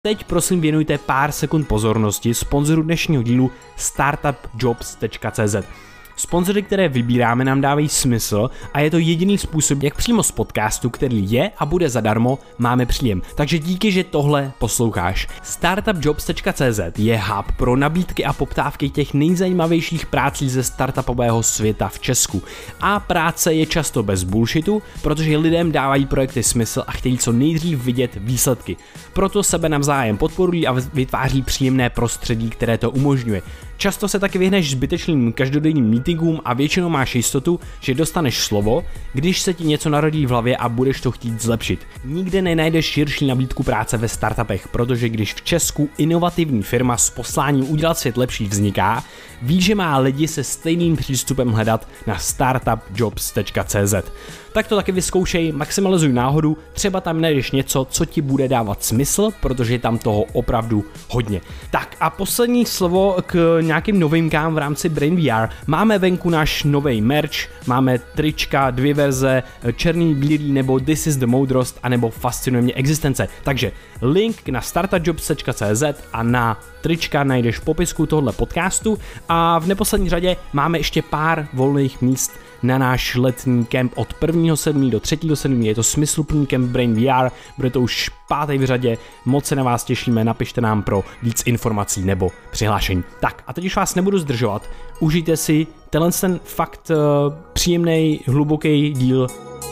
Teď prosím věnujte pár sekund pozornosti sponzoru dnešního dílu startupjobs.cz. Sponzory, které vybíráme, nám dávají smysl a je to jediný způsob, jak přímo z podcastu, který je a bude zadarmo, máme příjem. Takže díky, že tohle posloucháš. Startupjobs.cz je hub pro nabídky a poptávky těch nejzajímavějších prací ze startupového světa v Česku. A práce je často bez bullshitu, protože lidem dávají projekty smysl a chtějí co nejdřív vidět výsledky. Proto sebe navzájem podporují a vytváří příjemné prostředí, které to umožňuje. Často se taky vyhneš zbytečným každodenním meetingům a většinou máš jistotu, že dostaneš slovo, když se ti něco narodí v hlavě a budeš to chtít zlepšit. Nikde nenajdeš širší nabídku práce ve startupech, protože když v Česku inovativní firma s posláním udělat svět lepší vzniká, víš, že má lidi se stejným přístupem hledat na startupjobs.cz. Tak to taky vyzkoušej, maximalizuj náhodu, třeba tam najdeš něco, co ti bude dávat smysl, protože je tam toho opravdu hodně. Tak a poslední slovo k nějakým novinkám v rámci Brain VR. Máme venku náš nový merch, máme trička, 2 verze, černý, bílý nebo This is the moudrost, anebo Fascinuje mě existence. Takže link na startupjobs.cz a na trička najdeš v popisku tohoto podcastu a v neposlední řadě máme ještě pár volných míst na náš letní kemp od 1.7. do 3.7. Je to smysluplný kemp Brain VR, bude to už 5. v řadě, moc se na vás těšíme, napište nám pro víc informací nebo přihlášení. Tak a teď už vás nebudu zdržovat, užijte si ten fakt příjemný, hluboký díl.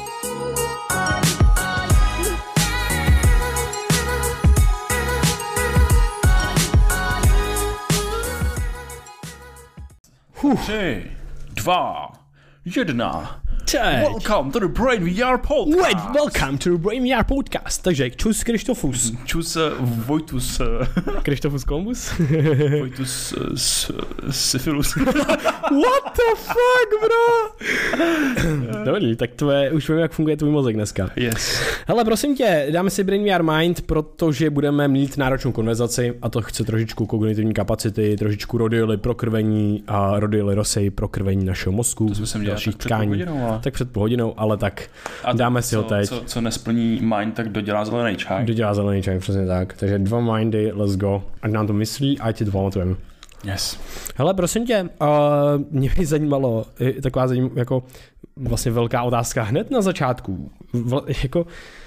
Tři, 2, 1. Welcome to the Brain VR podcast. Welcome to the Brain VR podcast. Takže čus Krištofus. Čus Vojtus. Krištofus Columbus? Vojtus Syphilus. What the fuck, bro? Dobrý, tak už vím, jak funguje tvůj mozek dneska. Yes. Hele, prosím tě, dáme si Brain VR Mind, protože budeme mít náročnou konverzaci a to chce trošičku kognitivní kapacity, trošičku rodily pro krvení a rodily rosej pro krvení našeho mozku, dalších tkání. Tak před půl hodinou, ale tak a dáme si ho teď. Co nesplní mind, tak dodělá zelený čaj. Dodělá zelený čaj, přesně tak. Takže 2 mindy, let's go. Ať nám to myslí, ať ti to pamatujeme. Yes. Hele, prosím tě, mě by zajímalo, taková jako vlastně velká otázka hned na začátku. Jako,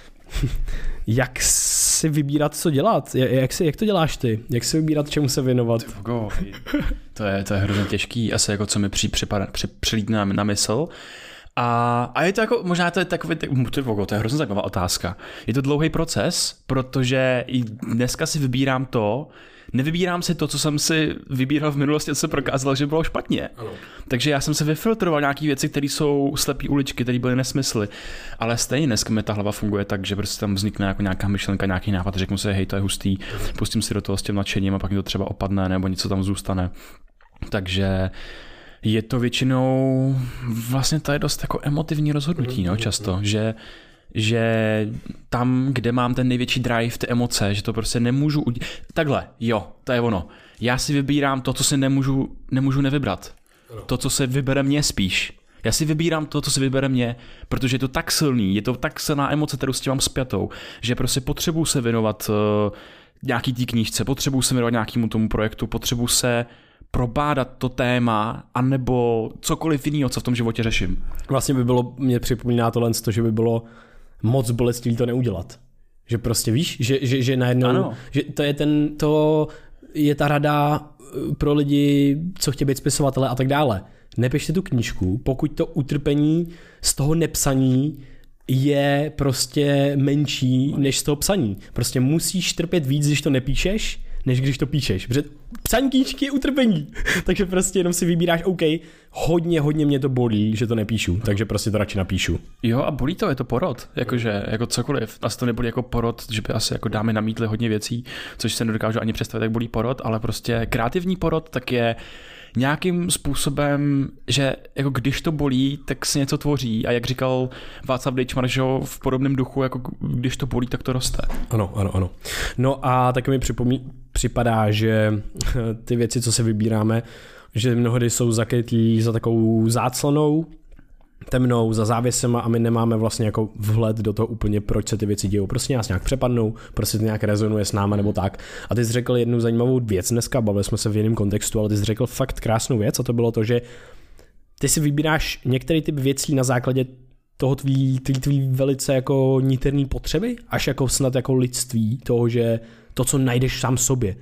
jak si vybírat, co dělat? Jak to děláš ty? Jak si vybírat, čemu se věnovat? To je hrozně těžký, asi jako co mi přilítne na mysl. A je to jako, možná to je takový, to je hrozně zajímavá otázka. Je to dlouhý proces, protože i dneska si nevybírám si to, co jsem si vybíral v minulosti, co se prokázalo, že bylo špatně. Ano. Takže já jsem se vyfiltroval nějaké věci, které jsou slepý uličky, které byly nesmysly. Ale stejně dneska mi ta hlava funguje tak, že prostě tam vznikne jako nějaká myšlenka, nějaký nápad, řeknu si, hej, to je hustý, pustím si do toho s tím nadšením a pak mi to třeba opadne nebo něco tam zůstane. Takže je to většinou, vlastně to je dost jako emotivní rozhodnutí, no, často, že tam, kde mám ten největší drive, ty emoce, že to prostě nemůžu takhle, jo, to je ono. Já si vybírám to, co si nemůžu nevybrat. To, co se vybere mě spíš. Já si vybírám to, co se vybere mě, protože je to tak silný, je to tak silná emoce, kterou s tím mám spjatou, že prostě potřebuji se věnovat nějaký té knížce, potřebuji se věnovat nějakému tomu projektu, potřebuji se probádat to téma, anebo cokoliv jiného, co v tom životě řeším. Vlastně mě připomíná tohle, že by bylo moc bolestivý to neudělat. Že prostě víš, že najednou, ano. Že to je ta rada pro lidi, co chtějí být spisovatele a tak dále. Nepište tu knížku, pokud to utrpení z toho nepsaní je prostě menší než z toho psaní. Prostě musíš trpět víc, když to nepíšeš, než když to píšeš. Protože psaní knížky je utrpení. Takže prostě jenom si vybíráš, OK, hodně mě to bolí, že to nepíšu, takže prostě to radši napíšu. Jo, a bolí to, je to porod, jakože, jako cokoliv. Asi to nebolí jako porod, že by asi jako dámy namítly hodně věcí, což se nedokážu ani představit, jak bolí porod, ale prostě kreativní porod tak je nějakým způsobem, že jako když to bolí, tak se něco tvoří a jak říkal Václav Dejčmar, že v podobném duchu, jako když to bolí, tak to roste. Ano. No a taky mi připadá, že ty věci, co se vybíráme, že mnohdy jsou zakrytý za takovou záclonou temnou, za závěsema a my nemáme vlastně jako vhled do toho úplně, proč se ty věci dějou. Prostě nás nějak přepadnou, prostě to nějak rezonuje s náma nebo tak. A ty jsi řekl jednu zajímavou věc dneska, bavili jsme se v jiném kontextu, ale ty jsi řekl fakt krásnou věc a to bylo to, že ty si vybíráš některý typ věcí na základě toho tvý velice jako niterný potřeby, až jako snad jako lidství, toho, že to, co najdeš sám sobě,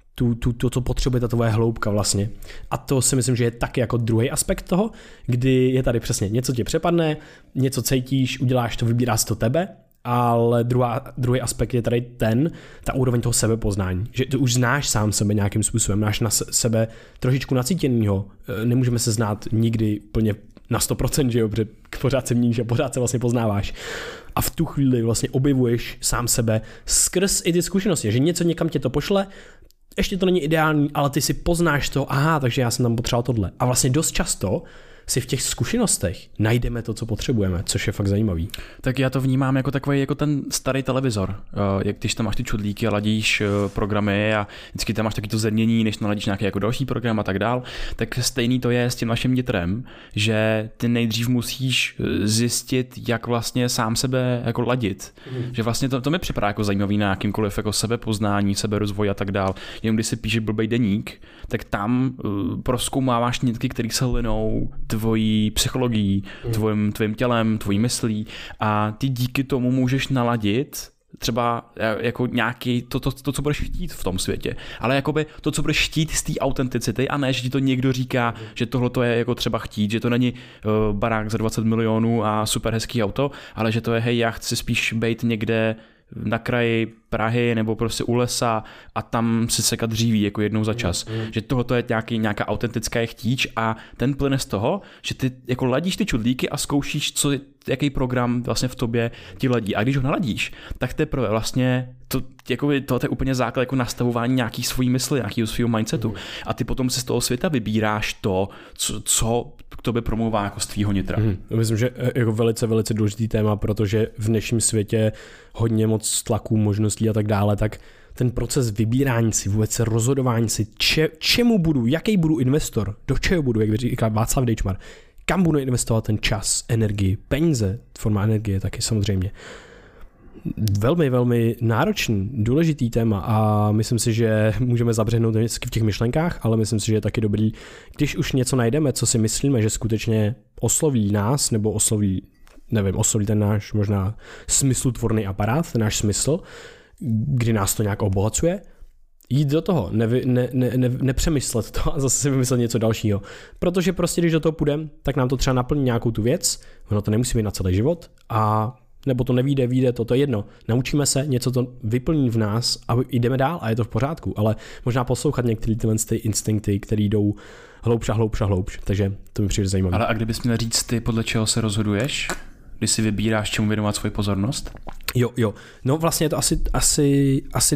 to, co potřebuje ta tvoje hloubka vlastně. A to si myslím, že je taky jako druhý aspekt toho, kdy je tady přesně něco tě přepadne, něco cítíš, uděláš to, vybíráš to tebe, ale druhý aspekt je tady ta úroveň toho sebepoznání, že ty už znáš sám sebe nějakým způsobem, máš na sebe trošičku nacítěnýho, nemůžeme se znát nikdy plně na 100%, že jo, protože pořád se měníš a pořád se vlastně poznáváš. A v tu chvíli vlastně objevuješ sám sebe skrz i ty zkušenosti, že něco někam tě to pošle, ještě to není ideální, ale ty si poznáš to, aha, takže já jsem tam potřeboval tohle. A vlastně dost často si v těch zkušenostech najdeme to, co potřebujeme, což je fakt zajímavý. Tak já to vnímám jako takový jako ten starý televizor. Jak když tam máš ty čudlíky a ladíš programy a vždycky tam máš taky to zrnění, než naladíš nějaký jako další program a tak dál, tak stejný to je s tím naším nitrem, že ty nejdřív musíš zjistit, jak vlastně sám sebe jako ladit. Že vlastně to mi připadá jako zajímavý na jakýmkoliv jako sebepoznání, seberozvoj a tak dál. Jenom když si píšeš blbej deník, tak tam prozkoumáváš nitky, které se linou tvojí psychologií, tvojím tělem, tvojí myslí a ty díky tomu můžeš naladit třeba jako nějaký to, co budeš chtít v tom světě, ale jakoby to, co budeš chtít z té autenticity a ne, že ti to někdo říká, že tohle to je jako třeba chtít, že to není barák za 20 milionů a super hezký auto, ale že to je hej, já chci spíš být někde na kraji Prahy nebo prostě u lesa a tam si sekat dříví jako jednou za čas. Že tohoto je nějaká autentická chtíč a ten plyne z toho, že ty jako ladíš ty čudlíky a zkoušíš, jaký program vlastně v tobě ti ladí. A když ho naladíš, tak teprve vlastně to je úplně základ jako nastavování nějaký svojí mysli, nějakého svého mindsetu. A ty potom si z toho světa vybíráš to, co k tobě promluvá jako z tvýho nitra. Myslím, že jako velice, velice důležitý téma, protože v dnešním světě hodně moc tlaků, možností a tak dále, tak ten proces vybírání si, vůbec rozhodování si, čemu budu, jaký budu investor, do čeho budu, jak říká Václav Dejčmar, kam budu investovat ten čas, energii, peníze, forma energie taky samozřejmě. Velmi, velmi náročný, důležitý téma a myslím si, že můžeme zabřehnout vždycky v těch myšlenkách, ale myslím si, že je taky dobrý, když už něco najdeme, co si myslíme, že skutečně osloví nás, nebo osloví ten náš možná smyslutvorný aparát, ten náš smysl, kdy nás to nějak obohacuje, jít do toho, nepřemyslet to a zase si vymyslet něco dalšího. Protože prostě, když do toho půjdeme, tak nám to třeba naplní nějakou tu věc, ono to nemusí být na celý život a nebo to vyjde, to je jedno. Naučíme se, něco to vyplní v nás a jdeme dál a je to v pořádku, ale možná poslouchat některé ty instinkty, které jdou hloubš, takže to mi přijde zajímavé. Ale a kdybys měl říct ty, podle čeho se rozhoduješ, když si vybíráš, čemu věnovat svoji pozornost? Jo. No vlastně je to asi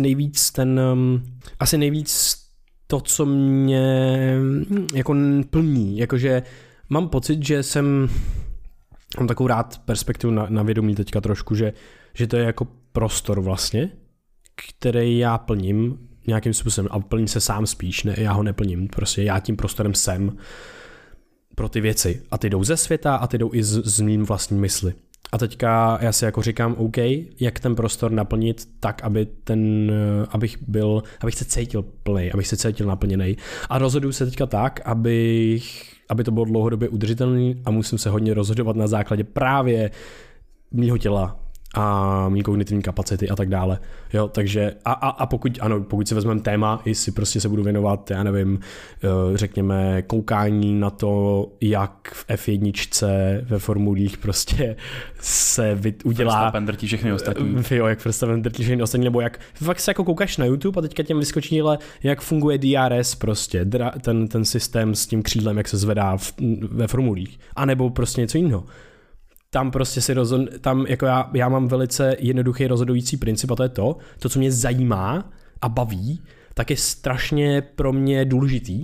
nejvíc to, co mě jako plní, jakože mám pocit, že mám takovou rád perspektivu na vědomí teďka trošku, že to je jako prostor vlastně, který já plním nějakým způsobem a plním se sám spíš, ne, já ho neplním, prostě já tím prostorem jsem pro ty věci a ty jdou ze světa a ty jdou i z mým vlastní mysli. A já si jako říkám, OK, jak ten prostor naplnit tak, abych se cítil plnej, abych se cítil naplněnej. A rozhoduju se teďka tak, aby to bylo dlouhodobě udržitelný a musím se hodně rozhodovat na základě právě mýho těla a mý kognitivní kapacity a tak dále. Jo, takže pokud si vezmeme téma, jestli prostě se budu věnovat, já nevím, řekněme koukání na to, jak v F1 ve formulích prostě se udělá... Verstappen drtí všechny ostatní. Jo, jak Verstappen drtí všechny ostatní, nebo jak fakt se jako koukáš na YouTube a teďka těm vyskočí, jak funguje DRS prostě, ten systém s tím křídlem, jak se zvedá ve formulích, anebo prostě něco jiného. Tam prostě já mám velice jednoduchý rozhodující princip a to je to, co mě zajímá a baví, tak je strašně pro mě důležitý,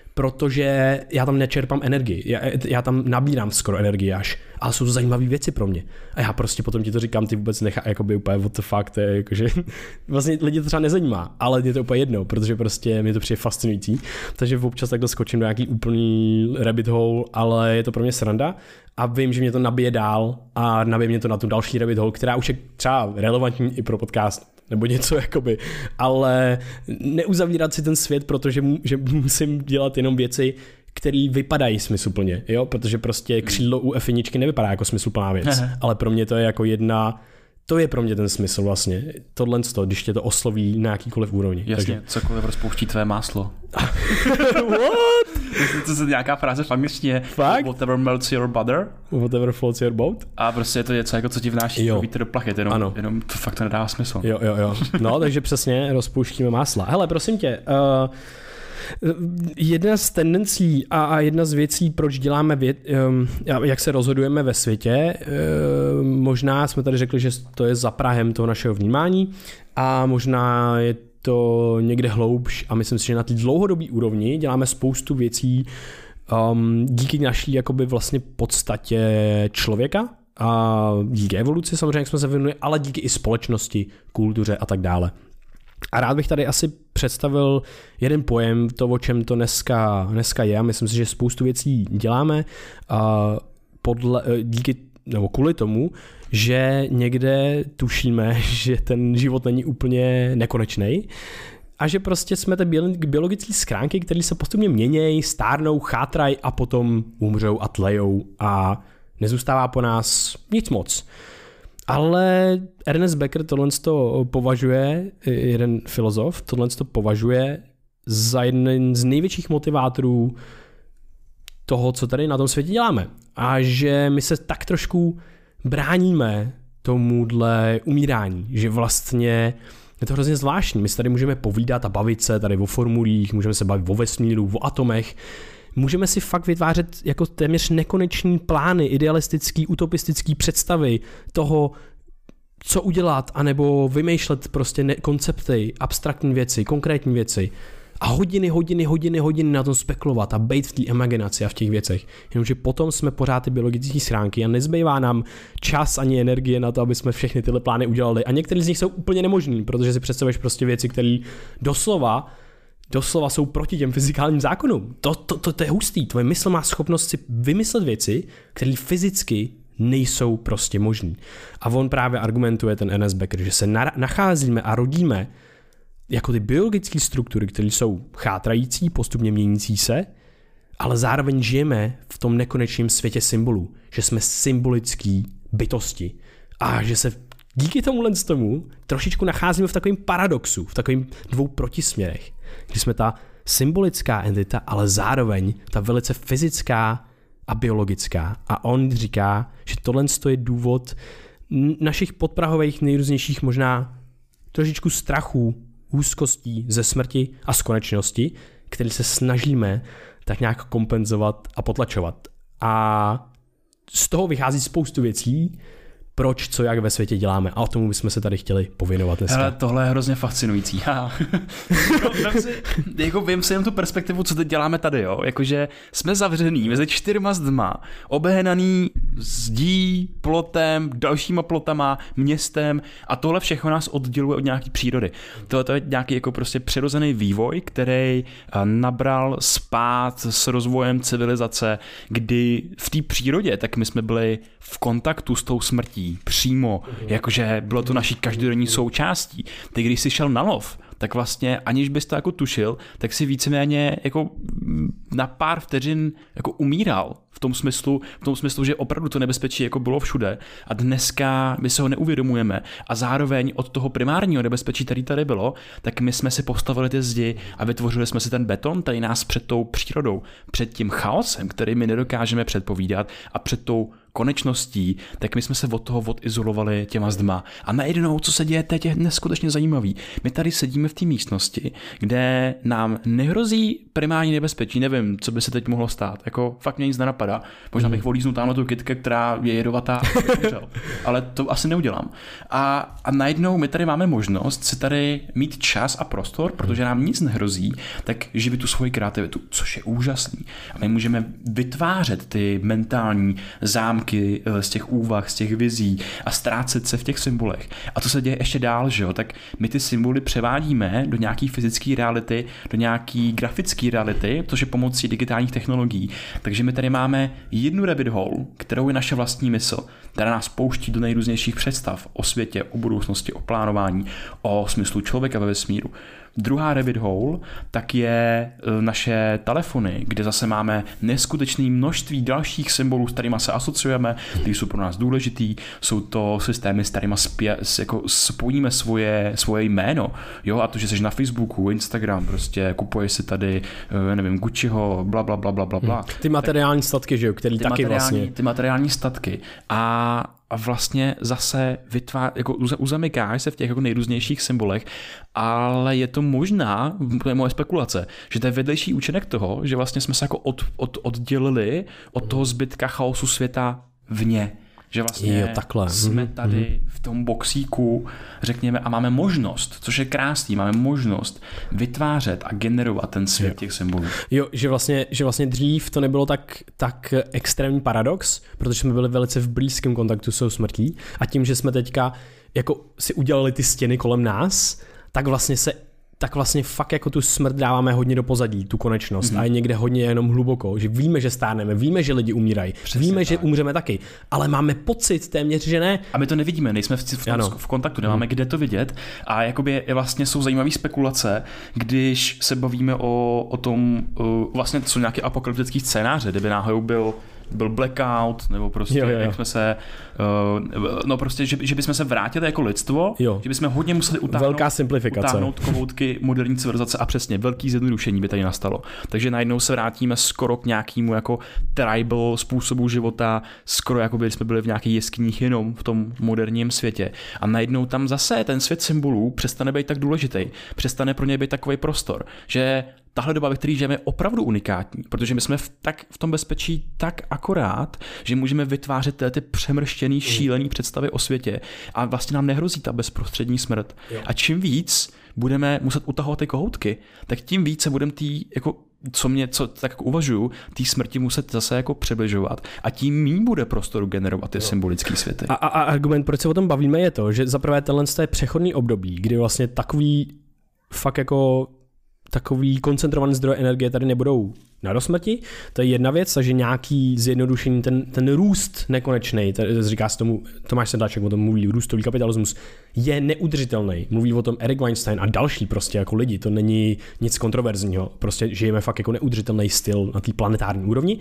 protože já tam nečerpám energii, já tam nabírám skoro energii až, ale jsou to zajímavé věci pro mě. A já prostě potom ti to říkám, ty vůbec nechá, jakoby úplně what the fuck, to je jakože, vlastně lidi to třeba nezajímá, ale je to úplně jedno, protože prostě mě to přijde fascinující, takže občas takhle skočím do nějaký úplný rabbit hole, ale je to pro mě sranda a vím, že mě to nabije dál a nabije mě to na tu další rabbit hole, která už je třeba relevantní i pro podcast, nebo něco jakoby, ale neuzavírat si ten svět, protože že musím dělat jenom věci, které vypadají smysluplně, jo, protože prostě křídlo u F1 nevypadá jako smysluplná věc, ale pro mě to je jako to je pro mě ten smysl vlastně, tohle, když tě to osloví na jakýkoliv úrovni. Jasně, takže cokoliv rozpouští tvé máslo. What? To je nějaká fráze v angličtině. Fakt? Whatever melts your butter. Whatever floats your boat. A prostě je to něco, jako co ti vnáší vítr do plachet, jenom to fakt nedává smysl. Jo. No, takže přesně rozpouštíme másla. Hele, prosím tě, jedna z tendencí a jedna z věcí, proč děláme jak se rozhodujeme ve světě, možná jsme tady řekli, že to je za prahem toho našeho vnímání a možná je to někde hloubš a myslím si, že na té dlouhodobé úrovni děláme spoustu věcí díky naší jakoby vlastně podstatě člověka a díky evoluci samozřejmě, jak jsme se vyvinuli, ale díky i společnosti, kultuře a tak dále. A rád bych tady asi představil jeden pojem, to, o čem to dneska je, a myslím si, že spoustu věcí děláme kvůli tomu, že někde tušíme, že ten život není úplně nekonečný a že prostě jsme ty biologické schránky, které se postupně měnějí, stárnou, chátrají a potom umřou a tlejou a nezůstává po nás nic moc. Ale Ernest Becker tohle považuje, jeden filozof, tohle považuje za jeden z největších motivátorů toho, co tady na tom světě děláme. A že my se tak trošku bráníme tomuhle umírání, že vlastně je to hrozně zvláštní. My se tady můžeme povídat a bavit se tady o formulích, můžeme se bavit o vesmíru, o atomech, můžeme si fakt vytvářet jako téměř nekoneční plány, idealistický, utopistický představy toho, co udělat, anebo vymýšlet prostě koncepty, abstraktní věci, konkrétní věci a hodiny na tom spekulovat a bejt v té imaginaci a v těch věcech. Jenomže potom jsme pořád ty biologické schránky a nezbývá nám čas ani energie na to, aby jsme všechny tyhle plány udělali. A některé z nich jsou úplně nemožný, protože si představuješ prostě věci, které doslova jsou proti těm fyzikálním zákonům. To je hustý. Tvoje mysl má schopnost si vymyslet věci, které fyzicky nejsou prostě možný. A on právě argumentuje, ten Ernest Becker, že se nacházíme a rodíme jako ty biologické struktury, které jsou chátrající, postupně měnící se, ale zároveň žijeme v tom nekonečném světě symbolů, že jsme symbolický bytosti a že se díky tomu trošičku nacházíme v takovém paradoxu, v takovým dvou protisměrech, kdy jsme ta symbolická entita, ale zároveň ta velice fyzická a biologická. A on říká, že tohle je důvod našich podprahových nejrůznějších možná trošičku strachů, úzkostí ze smrti a z konečnosti, který se snažíme tak nějak kompenzovat a potlačovat. A z toho vychází spoustu věcí, proč, co, jak ve světě děláme. A o tomu bychom se tady chtěli pověnovat dneska. Hele, tohle je hrozně fascinující. Vím si jen tu perspektivu, co teď děláme tady. Jo? Jakože jsme zavřený mezi 4 zdma, obehnaný zdí, plotem, dalšíma plotama, městem a tohle všechno nás odděluje od nějaký přírody. Tohle je nějaký jako prostě přirozený vývoj, který nabral spát s rozvojem civilizace, kdy v té přírodě, tak my jsme byli v kontaktu s tou smrtí přímo, jakože bylo to naší každodenní součástí. Ty, když jsi šel na lov, tak vlastně aniž bys to jako tušil, tak si víceméně jako na pár vteřin jako umíral v tom smyslu, že opravdu to nebezpečí jako bylo všude a dneska my se ho neuvědomujeme a zároveň od toho primárního nebezpečí, který tady bylo, tak my jsme si postavili ty zdi a vytvořili jsme si ten beton, tady nás před tou přírodou, před tím chaosem, který my nedokážeme předpovídat a před tou konečností, tak my jsme se od toho odizolovali těma zdma. A najednou, co se děje teď, je neskutečně zajímavý. My tady sedíme v té místnosti, kde nám nehrozí primární nebezpečí, nevím, co by se teď mohlo stát. Jako fakt mě nic nenapadá. Možná bych volíznul tamhle tu kytku, která je jedovatá, ale to asi neudělám. A najednou my tady máme možnost si tady mít čas a prostor, protože nám nic nehrozí, tak živit tu svoji kreativitu, což je úžasný. A my můžeme vytvářet ty mentální zámky z těch úvah, z těch vizí a ztrácet se v těch symbolech. A to se děje ještě dál, že jo? Tak my ty symboly převádíme do nějaký fyzické reality, do nějaký grafické reality, což je pomocí digitálních technologií. Takže my tady máme jednu rabbit hole, kterou je naše vlastní mysl, která nás pouští do nejrůznějších představ o světě, o budoucnosti, o plánování, o smyslu člověka ve vesmíru. Druhá rabbit hole tak je naše telefony, kde zase máme neskutečné množství dalších symbolů, s kterými se asociujeme, které jsou pro nás důležitý. Jsou to systémy, s kterými jako spojíme svoje jméno. Jo, a to, že jsi na Facebooku, Instagram, prostě kupuješ si tady, nevím, Gucciho, bla, bla, bla, bla, bla. Ty materiální statky, že jo, který taky vlastně. Ty materiální statky. A vlastně zase jako uzamykáš se v těch jako nejrůznějších symbolech, ale je to možná, to je moje spekulace, že to je vedlejší účinek toho, že vlastně jsme se jako oddělili od toho zbytka chaosu světa vně. Že vlastně jsme tady v tom boxíku, řekněme, a máme možnost, což je krásný, máme možnost vytvářet a generovat ten svět těch symbolů. Jo, že vlastně dřív to nebylo tak extrémní paradox, protože jsme byli velice v blízkém kontaktu s smrtí a tím, že jsme teďka jako si udělali ty stěny kolem nás, tak vlastně fakt jako tu smrt dáváme hodně do pozadí, tu konečnost a je někde hodně jenom hluboko, že víme, že stárneme, víme, že lidi umírají, víme, že umřeme taky, ale máme pocit téměř, že ne. A my to nevidíme, nejsme v kontaktu, nemáme kde to vidět a jakoby vlastně jsou zajímavé spekulace, když se bavíme o tom, vlastně jsou nějaké apokalyptické scénáře, kdyby náhodou byl blackout, nebo prostě jak jsme se, no prostě, že bychom se vrátili jako lidstvo, že bychom hodně museli utáhnout kohoutky moderní civilizace a přesně velký zjednodušení by tady nastalo. Takže najednou se vrátíme skoro k nějakému jako tribal způsobu života, skoro jako by jsme byli v nějakých jeskyních jenom v tom moderním světě. A najednou tam zase ten svět symbolů přestane být tak důležitý, přestane pro něj být takový prostor, že tahle doba, ve které žijeme, je opravdu unikátní, protože my jsme v tom bezpečí tak akorát, že můžeme vytvářet ty přemrštěný, šílený představy o světě a vlastně nám nehrozí ta bezprostřední smrt. A čím víc budeme muset utahovat ty kohoutky, tak tím víc se budeme jako co tak jako uvažuju, té smrti muset zase jako přibližovat a tím méně bude prostoru generovat ty symbolické světy. A argument, proč se o tom bavíme, je to, že zaprvé tenhle je přechodný období, kdy vlastně takový fakt jako takový koncentrovaný zdroj energie tady nebudou na dosmrti. To je jedna věc, takže nějaký zjednodušení, ten růst nekonečný, říká se tomu, Tomáš Sedláček o tom mluví, růstový kapitalismus, je neudržitelný. Mluví o tom Eric Weinstein a další prostě jako lidi, to není nic kontroverzního, prostě žijeme fakt jako neudržitelný styl na té planetární úrovni.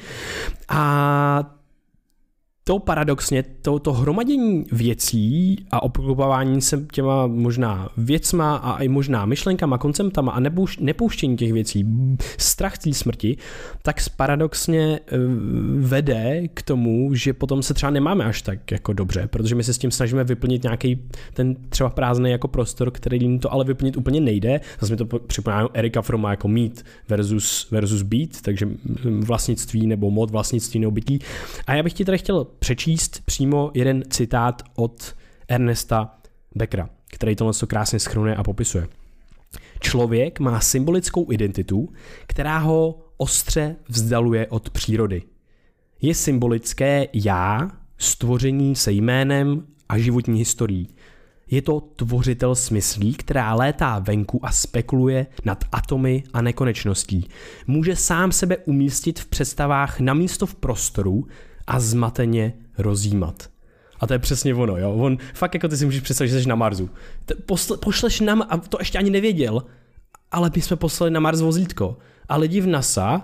A to paradoxně, to hromadění věcí a obklopování se těma možná věcma a i možná myšlenkama, konceptama a nepouštění těch věcí, strach té smrti, tak paradoxně vede k tomu, že potom se třeba nemáme až tak jako dobře, protože my se s tím snažíme vyplnit nějaký ten třeba prázdný jako prostor, který to ale vyplnit úplně nejde. Zase mi to připomíná Erika Froma jako mít versus být, takže vlastnictví nebo mod vlastnictví nebo bytí. A já bych ti tady chtěl přečíst přímo jeden citát od Ernesta Beckera, který tohle krásně shrnuje a popisuje. Člověk má symbolickou identitu, která ho ostře vzdaluje od přírody. Je symbolické já, stvoření se jménem a životní historií. Je to tvořitel smyslí, která létá venku a spekuluje nad atomy a nekonečností. Může sám sebe umístit v představách namísto v prostoru a zmateně rozjímat. A to je přesně ono, jo. On fakt jako ty si můžeš představit, že jsi na Marsu. Pošleš nám, a to ještě ani nevěděl, ale my jsme poslali na Mars vozítko. A lidi v NASA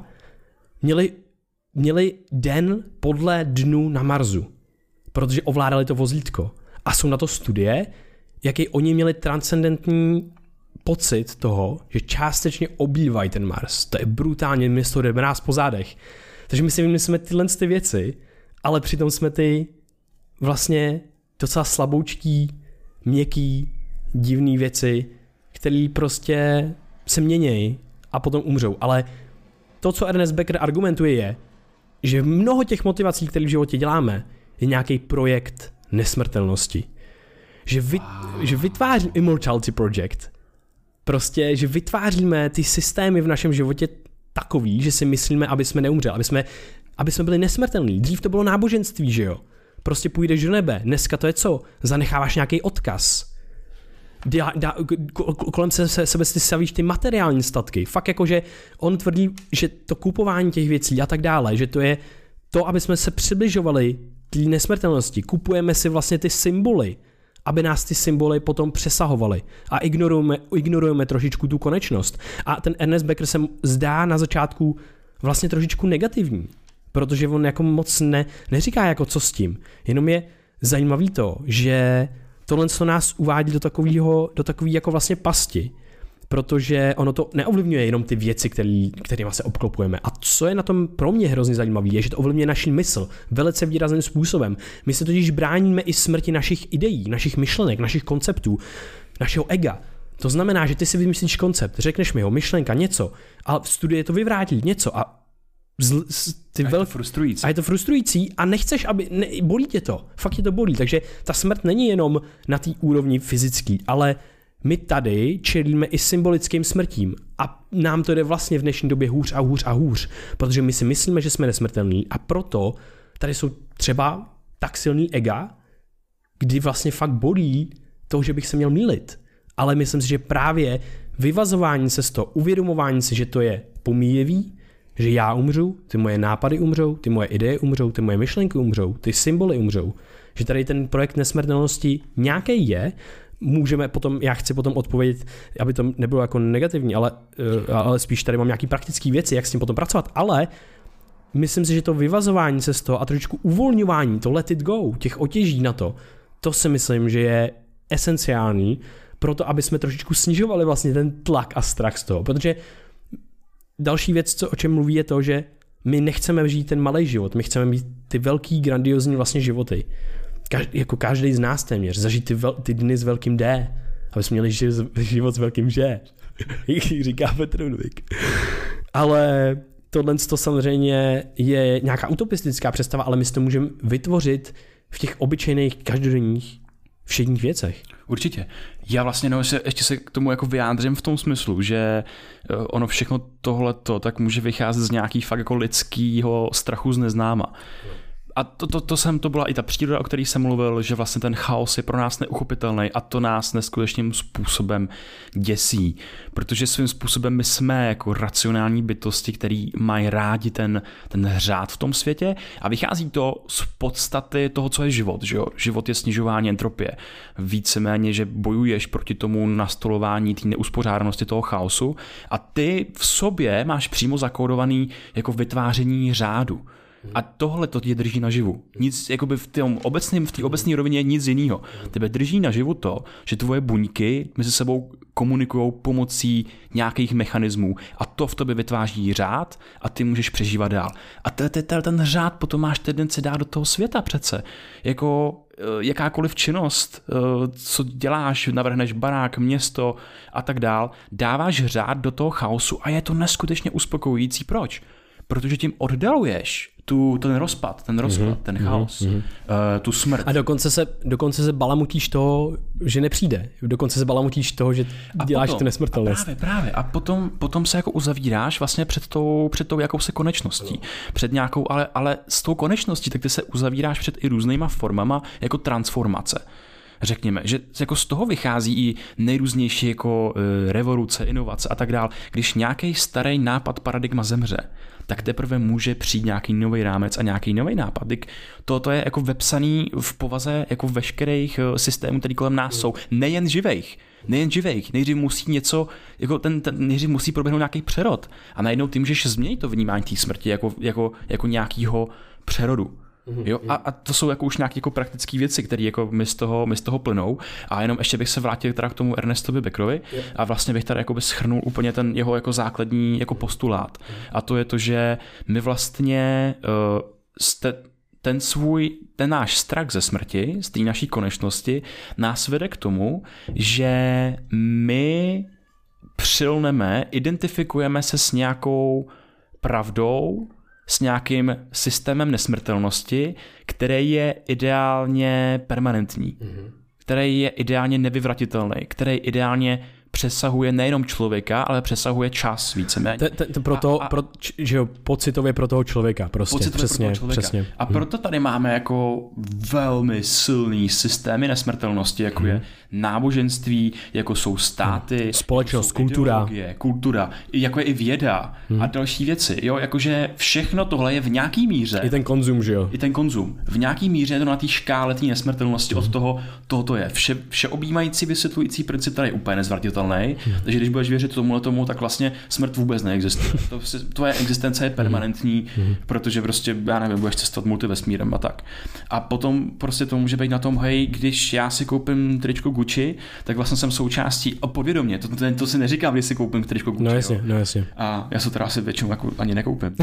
měli den podle dnu na Marsu, protože ovládali to vozítko. A jsou na to studie, jaký oni měli transcendentní pocit toho, že částečně obývají ten Mars. To je brutálně, město jde nás po zádech. Takže my si vymyslíme tyhle věci ale přitom jsme ty vlastně docela slaboučký, měkký, divný věci, které prostě se měnějí a potom umřou. Ale to, co Ernest Becker argumentuje, je, že mnoho těch motivací, které v životě děláme, je nějaký projekt nesmrtelnosti. Že vytváříme Immortality Project. Prostě, že vytváříme ty systémy v našem životě takový, že si myslíme, aby jsme neumřeli, aby jsme byli nesmrtelní. Dřív to bylo náboženství, že jo? Prostě půjdeš do nebe. Dneska to je co? Zanecháváš nějaký odkaz. Kolem sebe si stavíš ty materiální statky. Fakt jakože on tvrdí, že to kupování těch věcí a tak dále, že to je to, aby jsme se přibližovali té nesmrtelnosti. Kupujeme si vlastně ty symboly, aby nás ty symboly potom přesahovaly. A ignorujeme trošičku tu konečnost. A ten Ernest Becker se zdá na začátku vlastně trošičku negativní, protože on jako moc neříká jako co s tím. Jenom je zajímavý to, že tohle nás uvádí do takové jako vlastně pasti, protože ono to neovlivňuje jenom ty věci, kterými se obklopujeme. A co je na tom pro mě hrozně zajímavé, je, že to ovlivňuje naši mysl velice výrazným způsobem. My se totiž bráníme i smrti našich ideí, našich myšlenek, našich konceptů, našeho ega. To znamená, že ty si vymyslíš koncept, řekneš mi ho, myšlenka, něco, a v studii to vyvrátí něco a je to frustrující. A je to frustrující a nechceš, bolí tě to. Fakt tě to bolí. Takže ta smrt není jenom na té úrovni fyzický, ale my tady čelíme i symbolickým smrtím. A nám to jde vlastně v dnešní době hůř a hůř a hůř. Protože my si myslíme, že jsme nesmrtelní a proto tady jsou třeba tak silný ega, kdy vlastně fakt bolí to, že bych se měl mýlit. Ale myslím si, že právě vyvazování se z toho, uvědomování si, že to je pomíjivý, že já umřu, ty moje nápady umřou, ty moje ideje umřou, ty moje myšlenky umřou, ty symboly umřou. Že tady ten projekt nesmrtelnosti nějaký je, já chci potom odpovědět, aby to nebylo jako negativní, ale spíš tady mám nějaký praktický věci, jak s tím potom pracovat, ale myslím si, že to vyvazování se z toho a trošičku uvolňování, to let it go, těch otěží na to si myslím, že je esenciální pro to, aby jsme trošičku snižovali vlastně ten tlak a strach z toho, protože další věc, o čem mluví, je to, že my nechceme žít ten malý život, my chceme mít ty velký, grandiozní vlastně životy. Jako každý z nás téměř, zažít ty dny s velkým D, aby jsme měli život s velkým Ž, říká Petr Ludvík. Ale tohle to samozřejmě je nějaká utopistická představa, ale my si to můžeme vytvořit v těch obyčejných, každodenních, všedních věcech. Určitě. Já vlastně ještě se k tomu jako vyjádřím v tom smyslu, že ono všechno tohleto tak může vycházet z nějaký fakt jako lidského strachu z neznáma. A to byla i ta příroda, o který jsem mluvil, že vlastně ten chaos je pro nás neuchopitelný a to nás neskutečným způsobem děsí. Protože svým způsobem my jsme jako racionální bytosti, který mají rádi ten řád v tom světě a vychází to z podstaty toho, co je život. Že jo? Život je snižování entropie. Víceméně, že bojuješ proti tomu nastolování té neuspořádanosti toho chaosu a ty v sobě máš přímo zakódovaný jako vytváření řádu. A tohle to tě drží naživu. Nic, jakoby v té obecné rovině nic jiného. Tebe drží naživu to, že tvoje buňky mezi sebou komunikují pomocí nějakých mechanismů a to v tobě vytváří řád a ty můžeš přežívat dál. A ten řád potom máš tendenci dát do toho světa přece. Jako jakákoliv činnost, co děláš, navrhneš barák, město a tak dál, dáváš řád do toho chaosu a je to neskutečně uspokojující. Proč? Protože tím oddaluješ ten rozpad, ten chaos, tu smrt. A dokonce se balamutíš toho, že nepřijde. Dokonce se balamutíš toho, že děláš tu nesmrtelnost. Právě. A potom se jako uzavíráš vlastně před tou jakousi konečností. Před nějakou, ale s tou konečností, tak ty se uzavíráš před i různýma formama jako transformace. Řekněme, že jako z toho vychází i nejrůznější jako revoluce, inovace a tak dál. Když nějaký starý nápad, paradigma zemře, tak teprve může přijít nějaký nový rámec a nějaký nový nápad. To je jako vepsaný v povaze jako veškerých systémů, který kolem nás jsou. Nejen živých. Nejdřív musí něco, jako nejdřív musí proběhnout nějaký přerod. A najednou ty můžeš změnit to vnímání té smrti jako nějakýho přerodu. Jo? A to jsou jako už nějaké jako praktické věci, které jako mi z toho plynou. A jenom ještě bych se vrátil teda k tomu Ernestovi Beckerovi a vlastně bych tady jako shrnul úplně ten jeho jako základní jako postulát. A to je to, že my vlastně ten náš strach ze smrti, z té naší konečnosti, nás vede k tomu, že my přilneme, identifikujeme se s nějakou pravdou, s nějakým systémem nesmrtelnosti, který je ideálně permanentní, který je ideálně nevyvratitelný, který ideálně přesahuje nejenom člověka, ale přesahuje čas víceméně. Že jo, pocitově pro toho člověka, prostě. Pocitově přesně, pro toho člověka. Přesně. A proto tady máme jako velmi silný systémy nesmrtelnosti, jako je náboženství, jako jsou státy, společnost, jako kultura, jako je i věda a další věci. Jo, jakože všechno tohle je v nějaký míře. I ten konzum, že jo? I ten konzum. V nějaký míře je to na té škále té nesmrtelnosti od toho je. Všeobjímající vysvětlující princip tady je úplně nezvratitelný. Takže když budeš věřit tomu, tak vlastně smrt vůbec neexistuje. Tvoje existence je permanentní, protože prostě, já nevím, budeš cestovat multivesmírem a tak. A potom prostě to může být na tom, hej, když já si koupím tričko Gucci, tak vlastně jsem součástí a podvědomě. To si neříkám, když si koupím tričko Gucci. No jasně. A já se teda asi většinou jako ani nekoupím.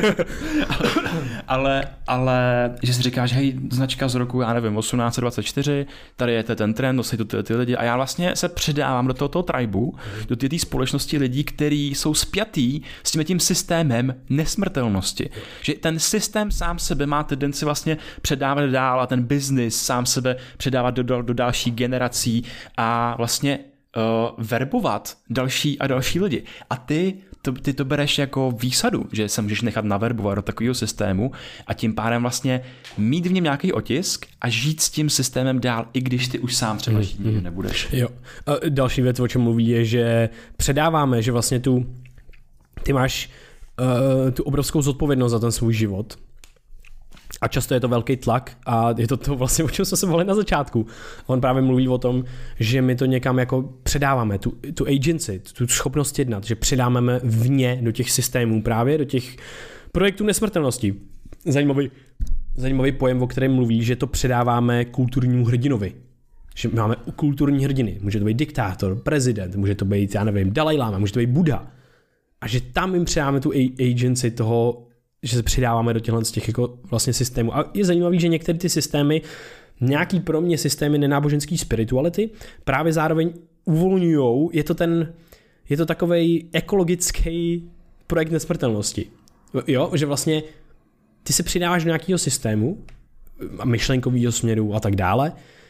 ale že si říkáš, hej, značka z roku, já nevím, 1824, tady je ten trend, nosí to ty lidi a já vlastně se předávám do toho tribu, do té společnosti lidí, kteří jsou spjatý s tím systémem nesmrtelnosti. Že ten systém sám sebe má tendenci vlastně předávat dál a ten biznis sám sebe předávat do další generací a vlastně verbovat další a další lidi. A ty to bereš jako výsadu, že se můžeš nechat naverbovat do takového systému a tím pádem vlastně mít v něm nějaký otisk a žít s tím systémem dál, i když ty už sám třeba žít nebudeš. Jo. A další věc, o čem mluví, je, že předáváme, že vlastně ty máš tu obrovskou zodpovědnost za ten svůj život. A často je to velký tlak a je to vlastně, o čem jsme se bavili na začátku. On právě mluví o tom, že my to někam jako předáváme, tu agency, tu schopnost jednat, že předáváme vně do těch systémů právě, do těch projektů nesmrtelnosti. Zajímavý pojem, o kterém mluví, že to předáváme kulturnímu hrdinovi. Že máme kulturní hrdiny. Může to být diktátor, prezident, může to být, já nevím, Dalaj Lama, může to být Buddha. A že tam jim předáváme tu agency toho, že se přidáváme do těchto z těch jako vlastně systémů. A je zajímavý, že některé ty systémy, nějaký pro mě systémy nenáboženský spirituality, právě zároveň uvolňujou, je to takovej ekologický projekt nesmrtelnosti. Jo, že vlastně ty se přidáváš do nějakého systému, myšlenkového směru a tak dále,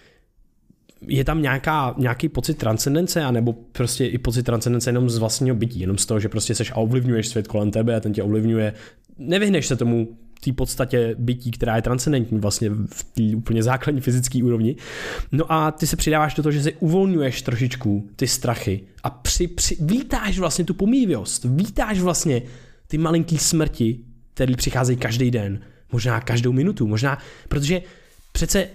je tam nějaký pocit transcendence, anebo prostě i pocit transcendence jenom z vlastního bytí, jenom z toho, že prostě seš a ovlivňuješ svět kolem tebe a ten tě ovlivňuje. Nevyhneš se tomu té podstatě bytí, která je transcendentní vlastně v té úplně základní fyzické úrovni. No a ty se přidáváš do toho, že si uvolňuješ trošičku ty strachy a vítáš vlastně tu pomíjivost, vítáš vlastně ty malinký smrti, které přicházejí každý den, možná každou minutu, protože přece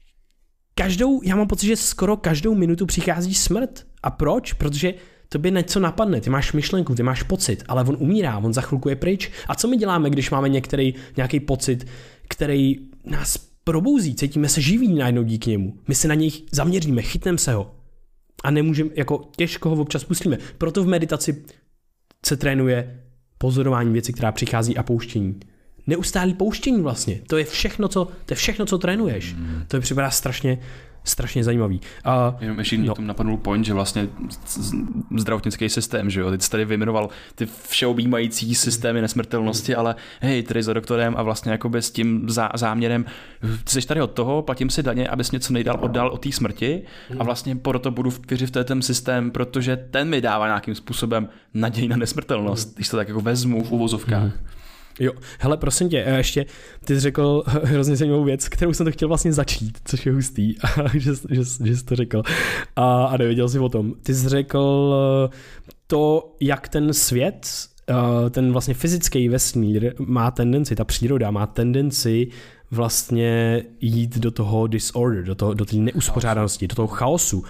já mám pocit, že skoro každou minutu přichází smrt. A proč? Protože tobě něco napadne, ty máš myšlenku, ty máš pocit, ale on umírá, on za chvilku je pryč. A co my děláme, když máme nějaký pocit, který nás probouzí, cítíme se živí najednou díky němu. My se na něj zaměříme, chytneme se ho. A nemůžeme, jako těžko ho občas pustíme. Proto v meditaci se trénuje pozorování věci, která přichází a pouštění. Neustálý pouštění vlastně. To je všechno, co trénuješ. To je připadá strašně zajímavý. Jenom ještě mě tomu napadnul point, že vlastně zdravotnický systém, že jo, ty jsi tady vyjmenoval ty všeobjímající systémy nesmrtelnosti, ale hej, tady za doktorem a vlastně jakoby s tím záměrem, ty jsi tady od toho, platím si daně, abys něco nejdál oddal od té smrti a vlastně proto budu věřit v ten systém, protože ten mi dává nějakým způsobem naději na nesmrtelnost, když to tak jako vezmu v uvozovkách. Jo, hele, prosím tě, ještě ty jsi řekl hrozně zajímavou věc, kterou jsem to chtěl vlastně začít, což je hustý, že jsi to řekl a nevěděl jsi o tom. Ty jsi řekl to, jak ten svět, ten vlastně fyzický vesmír má tendenci, ta příroda má tendenci vlastně jít do toho disorder, do té neuspořádanosti, do toho chaosu.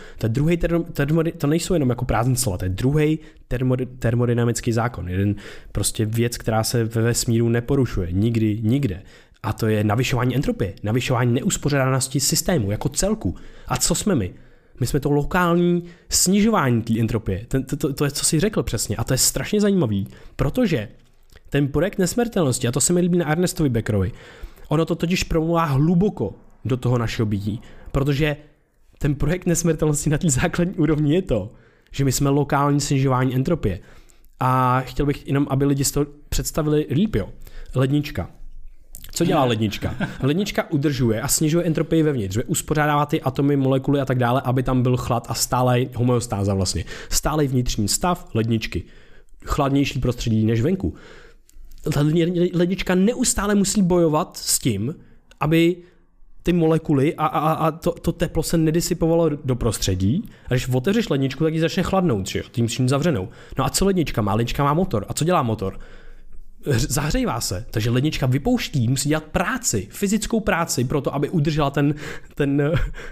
To nejsou jenom jako prázdný slova, to je druhý termodynamický zákon. Jeden prostě věc, která se ve vesmíru neporušuje, nikdy, nikde. A to je navyšování entropie, navyšování neuspořádanosti systému jako celku. A co jsme my? My jsme to lokální snižování té entropie. To je, co jsi řekl přesně. A to je strašně zajímavý, protože ten projekt nesmrtelnosti, a to se mi líbí na Ernestovi Beckerovi, ono to totiž promluvá hluboko do toho našeho bytí, protože ten projekt nesmrtelnosti na té základní úrovni je to, že my jsme lokální snižování entropie. A chtěl bych jenom, aby lidi z toho představili líp, jo. Lednička. Co dělá lednička? Lednička udržuje a snižuje entropii vevnitř, uspořádává ty atomy, molekuly a tak dále, aby tam byl chlad a stálej homeostáza vlastně. Stálej vnitřní stav ledničky. Chladnější prostředí než venku. Ta lednička neustále musí bojovat s tím, aby ty molekuly a to teplo se nedisipovalo do prostředí. A když otevřeš ledničku, tak ji začne chladnout, že jo? Tím musím zavřenou. No a co lednička má? Lednička má motor. A co dělá motor? Zahřejvá se, takže lednička vypouští, musí dělat práci, fyzickou práci pro to, aby udržela ten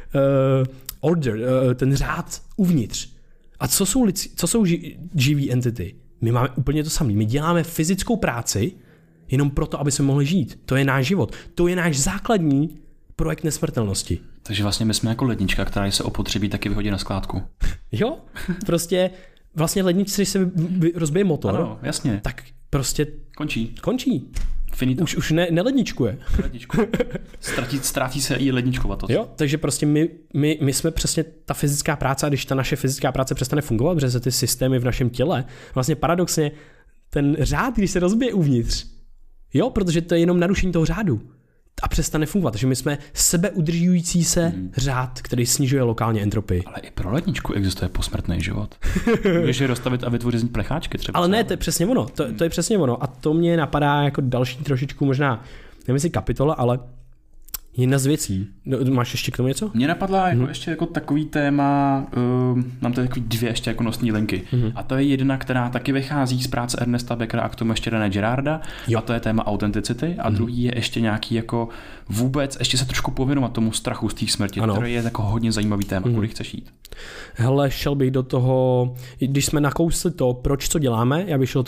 order, ten řád uvnitř. A co jsou živý entity? My máme úplně to samé. My děláme fyzickou práci jenom proto, aby jsme mohli žít. To je náš život. To je náš základní projekt nesmrtelnosti. Takže vlastně my jsme jako lednička, která se opotřebí, taky vyhodí na skládku. Jo, prostě vlastně ledničce, když se rozbije motor, ano, jasně. Tak prostě končí. Finito. Už neledničkuje. Ztrácí se i ledničkovatost. Jo, takže prostě my jsme přesně ta fyzická práce, a když ta naše fyzická práce přestane fungovat, protože se ty systémy v našem těle, vlastně paradoxně ten řád, když se rozbije uvnitř, jo, protože to je jenom narušení toho řádu a přestane fungovat. Takže my jsme sebeudržující se řád, který snižuje lokálně entropii. Ale i pro ledničku existuje posmrtný život. Můžeš je rozstavit a vytvořit z ní plecháčky třeba. Ale ne, to je přesně ono. To je přesně ono. A to mě napadá jako další trošičku možná, nevím jestli kapitola, ale jedna z věcí. Máš ještě k tomu něco? Mně napadla ještě jako takový téma, mám tady takový dvě ještě jako nosní linky. A to je jedna, která taky vychází z práce Ernesta Beckera a k tomu ještě René Girarda. Jo. A to je téma autenticity. A druhý je ještě nějaký jako vůbec, ještě se trošku pověnovat tomu strachu z té smrti, který je jako hodně zajímavý téma, kudy chceš jít. Hele, šel bych do toho, když jsme nakousli to, proč co děláme, já bych šel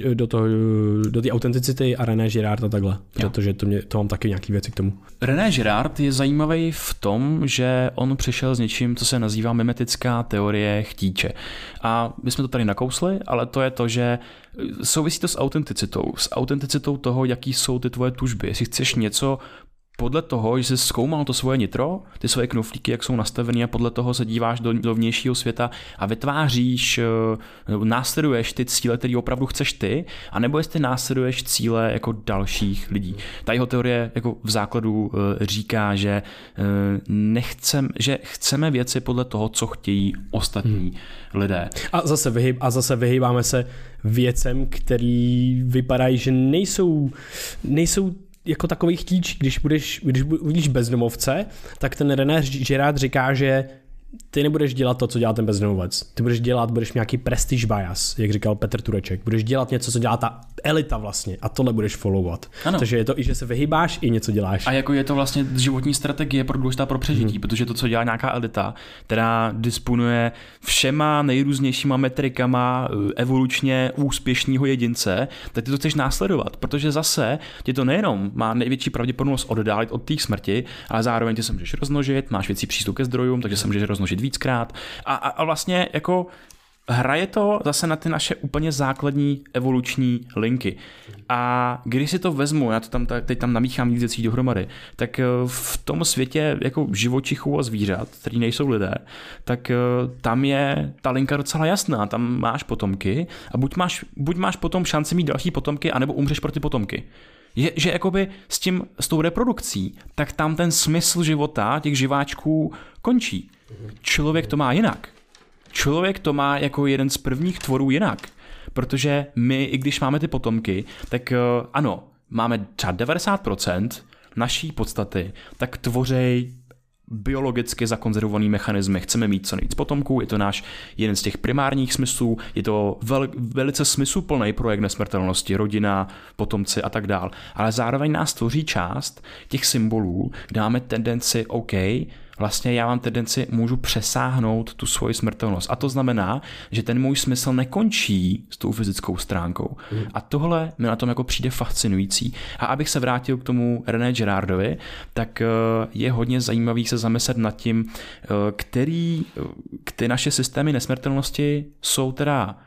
do té autenticity a René Girard a takhle, protože to mám taky nějaký věci k tomu. René Girard je zajímavý v tom, že on přišel s něčím, co se nazývá mimetická teorie chtíče. A my jsme to tady nakousli, ale to je to, že souvisí to s autenticitou toho, jaký jsou ty tvoje tužby. Jestli chceš něco podle toho, že jsi zkoumal to svoje nitro, ty svoje knoflíky, jak jsou nastavený a podle toho se díváš do vnějšího světa a vytváříš, následuješ ty cíle, které opravdu chceš ty, anebo jestli následuješ cíle jako dalších lidí. Ta jeho teorie jako v základu říká, že chceme věci podle toho, co chtějí ostatní lidé. A zase vyhýbáme se věcem, který vypadají, že nejsou jako takový chtíč, když budeš bezdomovce, tak ten René Girard říká, že ty nebudeš dělat to, co dělá ten bezdomovec. Ty budeš nějaký prestige bias, jak říkal Petr Tureček. Budeš dělat něco, co dělá ta elita vlastně a tohle budeš followovat. Ano. Takže je to i, že se vyhýbáš, i něco děláš. A jako je to vlastně životní strategie důležitá pro přežití, protože to, co dělá nějaká elita, která disponuje všema nejrůznějšíma metrikama evolučně úspěšného jedince, tak ty to chceš následovat, protože zase tě to nejenom má největší pravděpodobnost oddálit od té smrti, ale zároveň ty se můžeš rozmnožit, máš větší přístup ke zdrojům, takže se můžeš rozmnožit víckrát a vlastně jako hraje to zase na ty naše úplně základní evoluční linky. A když si to vezmu, já to teď tam namíchám víc věcí dohromady, tak v tom světě jako živočichů a zvířat, který nejsou lidé, tak tam je ta linka docela jasná. Tam máš potomky a buď máš potom šanci mít další potomky, anebo umřeš pro ty potomky. Že jakoby s tou reprodukcí, tak tam ten smysl života těch živáčků končí. Člověk to má jinak. Člověk to má jako jeden z prvních tvorů jinak. Protože my, i když máme ty potomky, tak ano, máme třeba 90% naší podstaty, tak tvoří biologicky zakonzervovaný mechanismy. Chceme mít co nejvíc potomků, je to náš jeden z těch primárních smyslů, je to velice smysluplný projekt nesmrtelnosti, rodina, potomci a tak dál. Ale zároveň nás tvoří část těch symbolů, kde máme tendenci, OK, vlastně já mám tendenci, můžu přesáhnout tu svoji smrtelnost. A to znamená, že ten můj smysl nekončí s tou fyzickou stránkou. A tohle mi na tom jako přijde fascinující. A abych se vrátil k tomu René Girardovi, tak je hodně zajímavý se zamyslet nad tím, ty naše systémy nesmrtelnosti jsou teda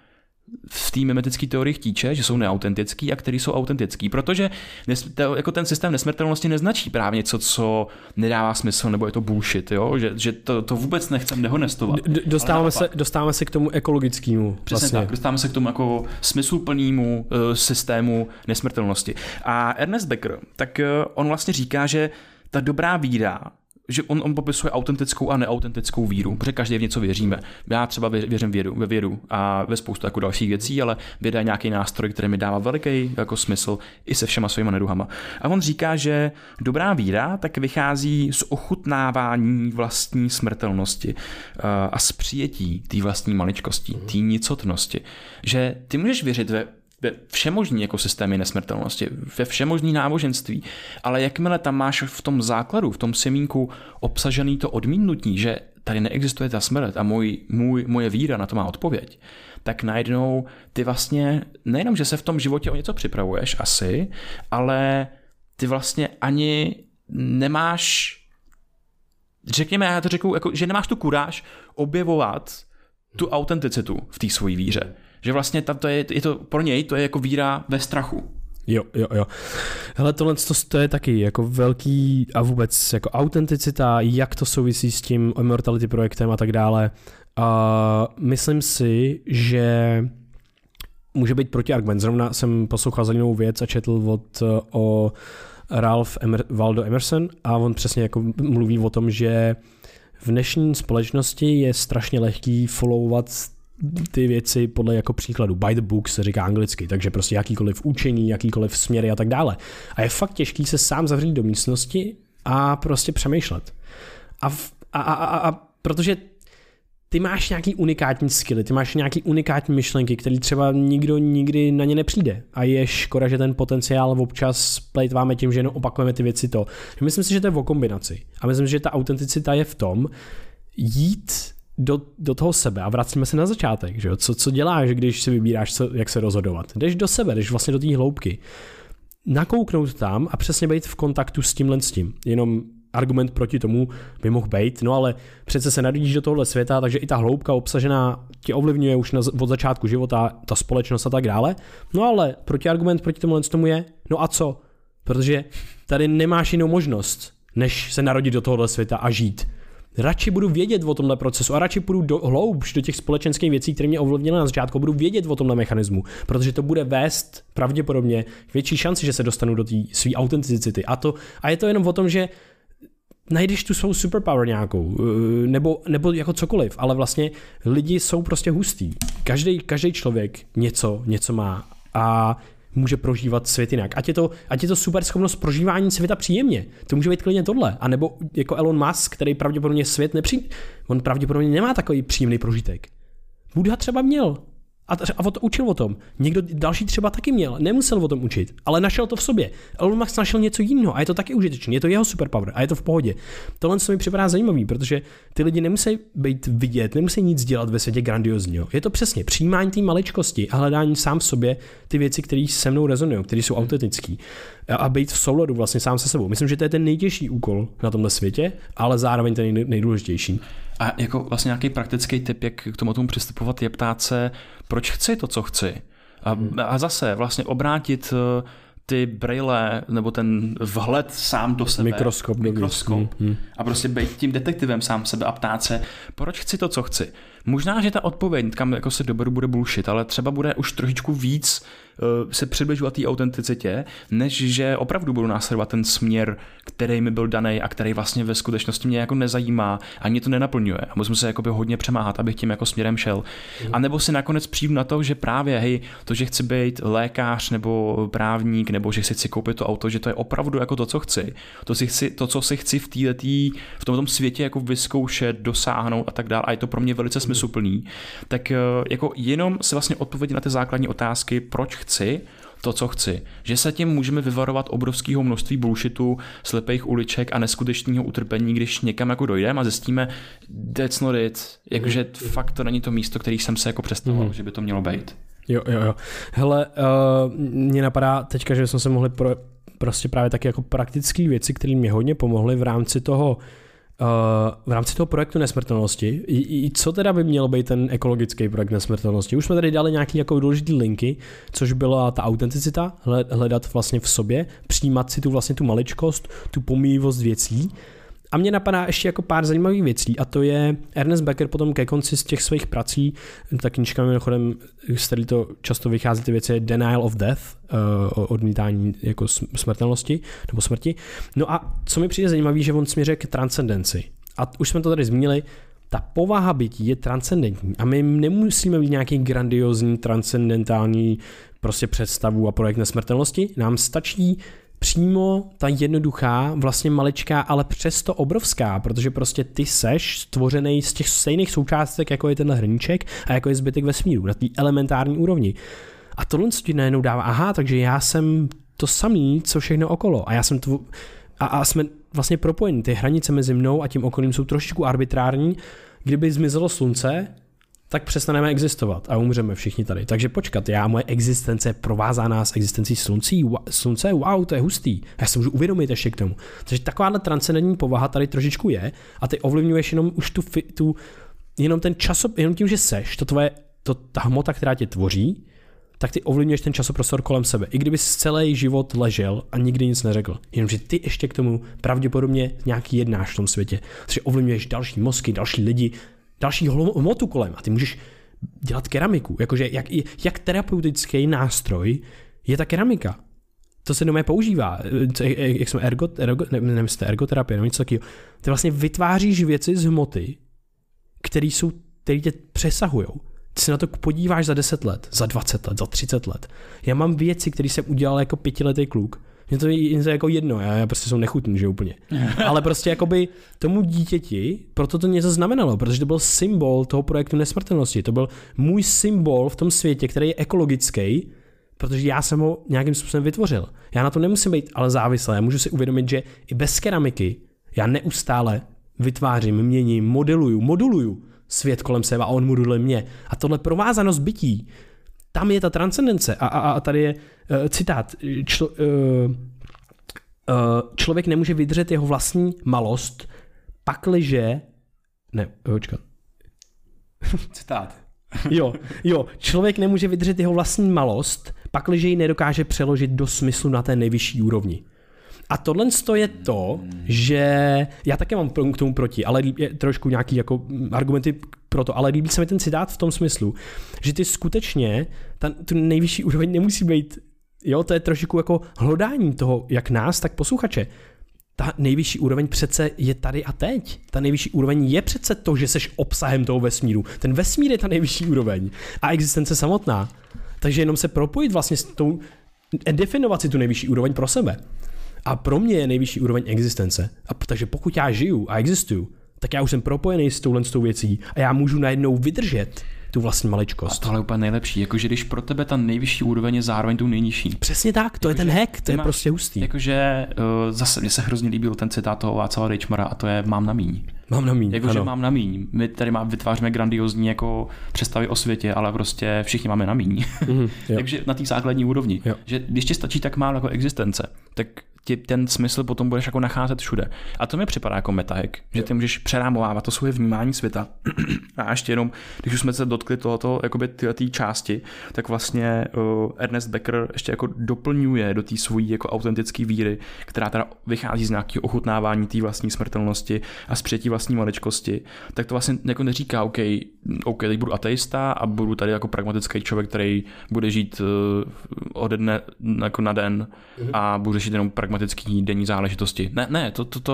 v té mimetické teorii chtíče, že jsou neautentický a který jsou autentický, protože jako ten systém nesmrtelnosti neznačí právě něco, co nedává smysl, nebo je to bullshit, jo? Že to vůbec nechcem dehonestovat. Dostáváme se k tomu ekologickému. Přesně tak, dostáváme se k tomu jako smysluplnému systému nesmrtelnosti. A Ernest Becker, tak on vlastně říká, že ta dobrá víra, že on popisuje autentickou a neautentickou víru, protože každý v něco věříme. Já třeba věřím ve vědu a ve spoustu jako dalších věcí, ale věda je nějaký nástroj, který mi dává veliký jako smysl i se všema svýma neduhama. A on říká, že dobrá víra tak vychází z ochutnávání vlastní smrtelnosti a z přijetí té vlastní maličkosti, té nicotnosti. Že ty můžeš věřit ve všemožný jako systémy nesmrtelnosti, ve všemožný náboženství, ale jakmile tam máš v tom základu, v tom semínku obsažený to odmítnutí, že tady neexistuje ta smrt a moje víra na to má odpověď, tak najednou ty vlastně nejenom, že se v tom životě o něco připravuješ asi, ale ty vlastně ani nemáš, řekněme, já to řeknu, jako, že nemáš tu kuráž objevovat tu autenticitu v té svojí víře. Že vlastně je to pro něj to je jako víra ve strachu. Jo. Hele, to je taky jako velký a vůbec jako autenticita, jak to souvisí s tím Immortality projektem a tak dále. Myslím si, že může být protiargument. Zrovna jsem poslouchal zajímavou věc a četl o Ralph Waldo Emerson a on přesně jako mluví o tom, že v dnešní společnosti je strašně lehký followovat ty věci podle jako příkladu. By the book se říká anglicky, takže prostě jakýkoliv učení, jakýkoliv směry a tak dále. A je fakt těžký se sám zavřít do místnosti a prostě přemýšlet. A protože ty máš nějaký unikátní skilly, ty máš nějaký unikátní myšlenky, které třeba nikdo nikdy na ně nepřijde. A je škoda, že ten potenciál občas plejtváme tím, že jenom opakujeme ty věci to. Myslím si, že to je o kombinaci. A myslím, že ta autenticita je v tom jít do toho sebe a vracíme se na začátek. Že jo? Co děláš, když si vybíráš, jak se rozhodovat? Jdeš do sebe, jdeš vlastně do té hloubky. Nakouknout tam a přesně být v kontaktu s tímhle s tím. Jenom argument proti tomu by mohl být, no ale přece se narodíš do tohohle světa, takže i ta hloubka obsažená tě ovlivňuje už od začátku života, ta společnost a tak dále. No ale protiargument proti tomu je, no a co? Protože tady nemáš jinou možnost, než se narodit do tohohle světa a žít. Radši budu vědět o tomhle procesu a radši půjdu hloubš do těch společenských věcí, které mě ovlivnily na začátku, budu vědět o tomhle mechanismu, protože to bude vést pravděpodobně k větší šanci, že se dostanu do té své autenticity. A je to jenom o tom, že najdeš tu svou superpower nějakou, nebo jako cokoliv, ale vlastně lidi jsou prostě hustý. Každý člověk něco má a může prožívat svět jinak. Ať je to super schopnost prožívání světa příjemně. To může být klidně tohle. A nebo jako Elon Musk, který pravděpodobně svět on pravděpodobně nemá takový příjemný prožitek. Buddha třeba měl. A učil o tom. Někdo další třeba taky měl. Nemusel o tom učit, ale našel to v sobě. Elon Musk našel něco jiného a je to taky užitečné. Je to jeho superpower a je to v pohodě. Tohle mi připadá zajímavý, protože ty lidi nemusí být vidět, nemusí nic dělat ve světě grandiozního. Je to přesně přijímání té maličkosti a hledání sám v sobě ty věci, které se mnou rezonují, které jsou autentické. A být v souladu vlastně sám se sebou. Myslím, že to je ten nejtěžší úkol na tomhle světě, ale zároveň ten nejdůležitější. A jako vlastně nějaký praktický tip, jak k tomu přistupovat, je ptát se, proč chci to, co chci. A zase vlastně obrátit ty brejle nebo ten vhled sám do sebe. Mikroskop. A prostě být tím detektivem sám sebe a ptát se, proč chci to, co chci. Možná, že ta odpověď, kam jako se doberu, bude bullshit, ale třeba bude už trošičku víc se přibližovat té autenticitě, než že opravdu budu následovat ten směr, který mi byl daný a který vlastně ve skutečnosti mě jako nezajímá a mě to nenaplňuje. A musím se jakoby hodně přemáhat, abych tím jako směrem šel. A nebo si nakonec přijdu na to, že právě to, že chci být lékař nebo právník, nebo že si koupit to auto, že to je opravdu jako to, co chci. To, co si chci v tomto světě jako vyzkoušet, dosáhnout a tak dále. A je to pro mě velice smysluplný. Tak jako jenom si vlastně odpovědět na ty základní otázky, proč chci to, co chci. Že se tím můžeme vyvarovat obrovského množství bullshitu, slepých uliček a neskutečného utrpení, když někam jako dojdeme a zjistíme, that's not it. Jakože fakt to není to místo, který jsem se jako představoval, že by to mělo být. Jo. Hele, mně napadá teďka, že jsme se mohli prostě právě taky jako praktické věci, které mě hodně pomohly v rámci toho v rámci toho projektu nesmrtelnosti, co teda by mělo být ten ekologický projekt nesmrtelnosti? Už jsme tady dali nějaký jako důležitý linky, což byla ta autenticita, hledat vlastně v sobě, přijímat si tu maličkost, tu pomíjivost věcí. A mně napadá ještě jako pár zajímavých věcí, a to je Ernest Becker potom ke konci z těch svých prací, ta knížka mimochodem, z který to často vychází, ty věci je Denial of Death, odmítání jako smrtelnosti nebo smrti. No a co mi přijde zajímavý, že on směřuje k transcendenci. A už jsme to tady zmínili, ta povaha bytí je transcendentní a my nemusíme být nějaký grandiozní, transcendentální prostě představu a projekt nesmrtelnosti, nám stačí přímo ta jednoduchá, vlastně maličká, ale přesto obrovská, protože prostě ty seš stvořený z těch stejných součástek, jako je tenhle hrníček a jako je zbytek vesmíru, na té elementární úrovni. A tohle ti najednou dává, takže já jsem to samý, co všechno okolo. A já jsem a jsme vlastně propojeni. Ty hranice mezi mnou a tím okolím jsou trošičku arbitrární. Kdyby zmizelo slunce, tak přestaneme existovat a umřeme všichni tady. Takže počkat, moje existence je provázaná s existencí slunce, wow, to je hustý. Já se můžu uvědomit ještě k tomu. Takže takováhle transcendentní povaha tady trošičku je a ty ovlivňuješ jenom už jenom ten jenom tím, že seš, ta hmota, která tě tvoří, tak ty ovlivňuješ ten časoprostor kolem sebe. I kdyby celý život ležel a nikdy nic neřekl. Jenomže ty ještě k tomu pravděpodobně nějaký jednáš v tom světě. Takže ovlivňuješ další mozky, další lidi, další hmotu kolem a ty můžeš dělat keramiku. Jakože jak terapeutický nástroj je ta keramika. To se doma používá. Jak jsme ergoterapie, nebo něco takového. Ty vlastně vytváříš věci z hmoty, které tě přesahujou. Ty se na to podíváš za 10 let, za 20 let, za 30 let. Já mám věci, které jsem udělal jako 5letý kluk. Mně to je jako jedno, já prostě jsem nechutný, že úplně. Ale prostě jakoby tomu dítěti, proto to něco znamenalo, protože to byl symbol toho projektu nesmrtelnosti. To byl můj symbol v tom světě, který je ekologický, protože já jsem ho nějakým způsobem vytvořil. Já na to nemusím být ale závislý. Já můžu si uvědomit, že i bez keramiky já neustále vytvářím, měním, moduluju svět kolem sebe a on moduluje mě. A tohle provázanost bytí, tam je ta transcendence. A tady je citát. Člověk nemůže vydržet jeho vlastní malost, pakliže... Ne, počkat. Citát. Jo, člověk nemůže vydržet jeho vlastní malost, pakliže ji nedokáže přeložit do smyslu na té nejvyšší úrovni. A tohle je to, že já také mám k tomu proti, ale je trošku nějaký jako argumenty pro to, ale líbí se mi ten citát v tom smyslu, že ty skutečně tu nejvyšší úroveň nemusí být, to je trošku jako hlodání toho, jak nás, tak posluchače. Ta nejvyšší úroveň přece je tady a teď. Ta nejvyšší úroveň je přece to, že seš obsahem toho vesmíru. Ten vesmír je ta nejvyšší úroveň a existence samotná. Takže jenom se propojit vlastně s tou, definovat si tu nejvyšší úroveň pro sebe. A pro mě je nejvyšší úroveň existence. Takže pokud já žiju a existuju, tak já už jsem propojený s touhletou věcí a já můžu najednou vydržet tu vlastní maličkost. A tohle je úplně nejlepší. Jakože když pro tebe ta nejvyšší úroveň je zároveň tou nejnižší. Přesně tak, to je ten hack, to je prostě hustý. Jakože zase mně se hrozně líbil ten citát toho Václava Dejčmara a to je mám na míň. Mám na míň. Jakože mám na míň. My tady vytváříme grandiozní jako představy o světě, ale prostě všichni máme na míň. Takže na té základní úrovni. Že když ti stačí tak málo jako existence, tak ti ten smysl potom budeš jako nacházet všude. A to mi připadá jako metahack, že ty můžeš přerámovávat to svoje vnímání světa. A ještě jenom, když už jsme se dotkli tohoto jakoby této části, tak vlastně Ernest Becker ještě jako doplňuje do té svojí jako autentické víry, která teda vychází z nějakého ochutnávání té vlastní smrtelnosti a z přijetí vlastní maličkosti, tak to vlastně jako neříká, OK, teď budu ateista a budu tady jako pragmatický člověk, který bude žít ode dne jako na den a bude žít jenom pragmatický denní záležitosti. Ne,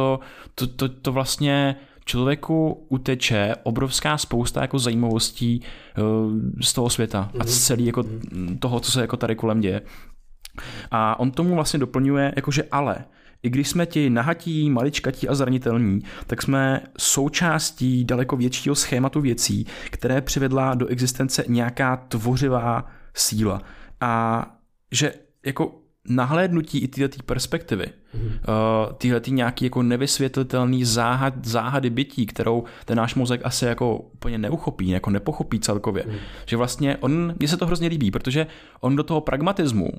to vlastně člověku uteče obrovská spousta jako zajímavostí z toho světa a z celý jako toho, co se jako tady kolem děje. A on tomu vlastně doplňuje, jakože ale, i když jsme ti nahatí, maličkatí a zranitelní, tak jsme součástí daleko většího schématu věcí, které přivedla do existence nějaká tvořivá síla. A že jako nahlédnutí i této perspektivy, tyhle nějaký jako nevysvětlitelný záhady bytí, kterou ten náš mozek asi jako úplně neuchopí, jako nepochopí celkově. Že vlastně mně se to hrozně líbí, protože on do toho pragmatismu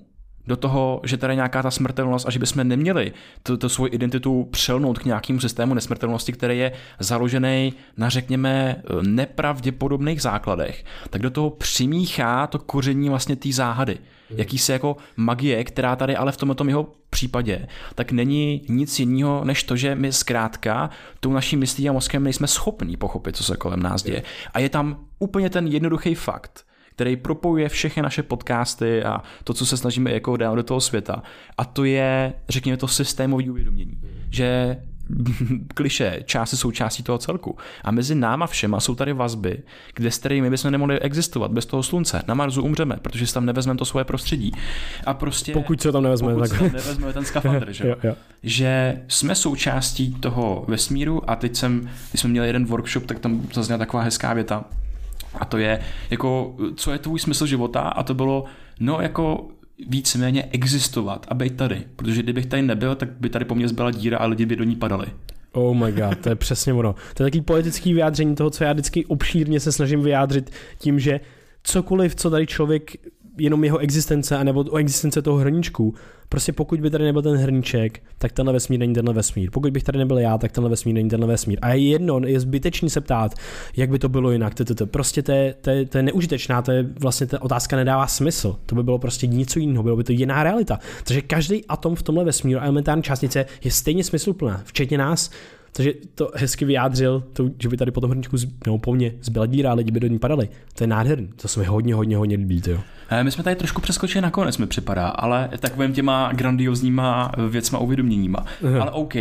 do toho, že tady je nějaká ta smrtelnost a že bychom neměli tu svoji identitu přelnout k nějakému systému nesmrtelnosti, který je založený na, řekněme, nepravděpodobných základech, tak do toho přimíchá to koření vlastně té záhady. Jakýsi jako magie, která tady ale v tomto jeho případě, tak není nic jiného, než to, že my zkrátka tou naší myslí a mozkem nejsme schopní pochopit, co se kolem nás děje. A je tam úplně ten jednoduchý fakt, který propojuje všechny naše podcasty a to, co se snažíme jako dát do toho světa. A to je, řekněme, to systémové uvědomění. Že klišé, části jsou částí toho celku. A mezi náma všema jsou tady vazby, kde s kterými bychom nemohli existovat bez toho slunce. Na Marsu umřeme, protože si tam nevezmeme to svoje prostředí. A prostě pokud se tam nevezmeme, ten skafandr, že? Jo. Že jsme součástí toho vesmíru a teď když jsme měli jeden workshop, tak tam zazněla taková hezká věta. A to je, jako, co je tvůj smysl života? A to bylo, no jako víceméně existovat a být tady. Protože kdybych tady nebyl, tak by tady po mně zbyla díra a lidi by do ní padali. Oh my god, to je přesně ono. To je takový poetický vyjádření toho, co já vždycky obšírně se snažím vyjádřit tím, že cokoliv, co tady člověk, jenom jeho existence, anebo o existence toho hrníčku, prostě pokud by tady nebyl ten hrníček, tak tenhle vesmír není tenhle vesmír. Pokud bych tady nebyl já, tak tenhle vesmír není tenhle vesmír. A je zbytečný se ptát, jak by to bylo jinak. Prostě to je neužitečná, vlastně ta otázka nedává smysl. To by bylo prostě něco jiného, bylo by to jiná realita. Takže každý atom v tomhle vesmíru a elementární částice je stejně smysluplná, včetně nás. Takže to hezky vyjádřil, že by tady po tom hrníčku po mně zbyla díra a lidi by do ní padali. To je nádherný, to se mi hodně líbí. Jo. My jsme tady trošku přeskočili nakonec, mi připadá, ale takovým těma grandiozníma věcma uvědoměníma. Ale OK,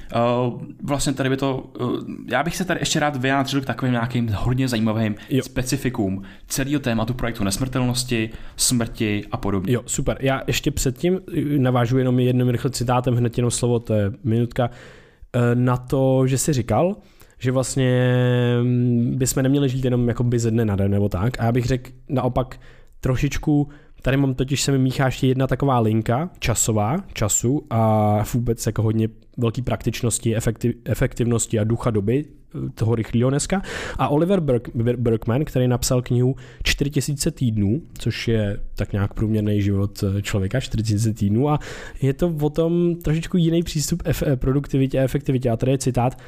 vlastně tady by to, já bych se tady ještě rád vyjádřil k takovým nějakým hodně zajímavým specifikům celého tématu projektu nesmrtelnosti, smrti a podobně. Jo, super. Já ještě předtím navážu jenom jedním rychle citátem, hned jenom slovo, to je minutka, na to, že jsi říkal, že vlastně bychom neměli žít jenom jakoby ze dne na den nebo tak. A já bych řekl naopak trošičku, tady mám totiž se mi míchá ještě jedna taková linka času a vůbec jako hodně velký praktičnosti, efektivnosti a ducha doby toho rychlého dneska. A Oliver Burkeman, který napsal knihu 4000 týdnů, což je tak nějak průměrný život člověka, 4000 týdnů a je to o tom trošičku jiný přístup produktivitě a efektivitě. A tady je citát: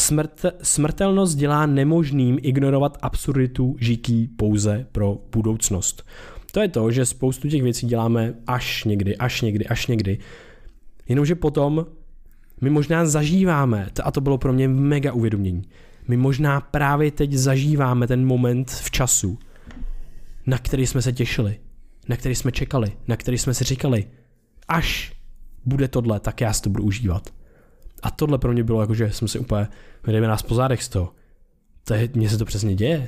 Smrtelnost dělá nemožným ignorovat absurditu žití pouze pro budoucnost. To je to, že spoustu těch věcí děláme až někdy. Jenomže potom my možná zažíváme, a to bylo pro mě mega uvědomění, my možná právě teď zažíváme ten moment v času, na který jsme se těšili, na který jsme čekali, na který jsme si říkali, až bude tohle, tak já si to budu užívat. A tohle pro mě bylo jako, že jsem si úplně, dejme nás po zádech z toho. Mně se to přesně děje.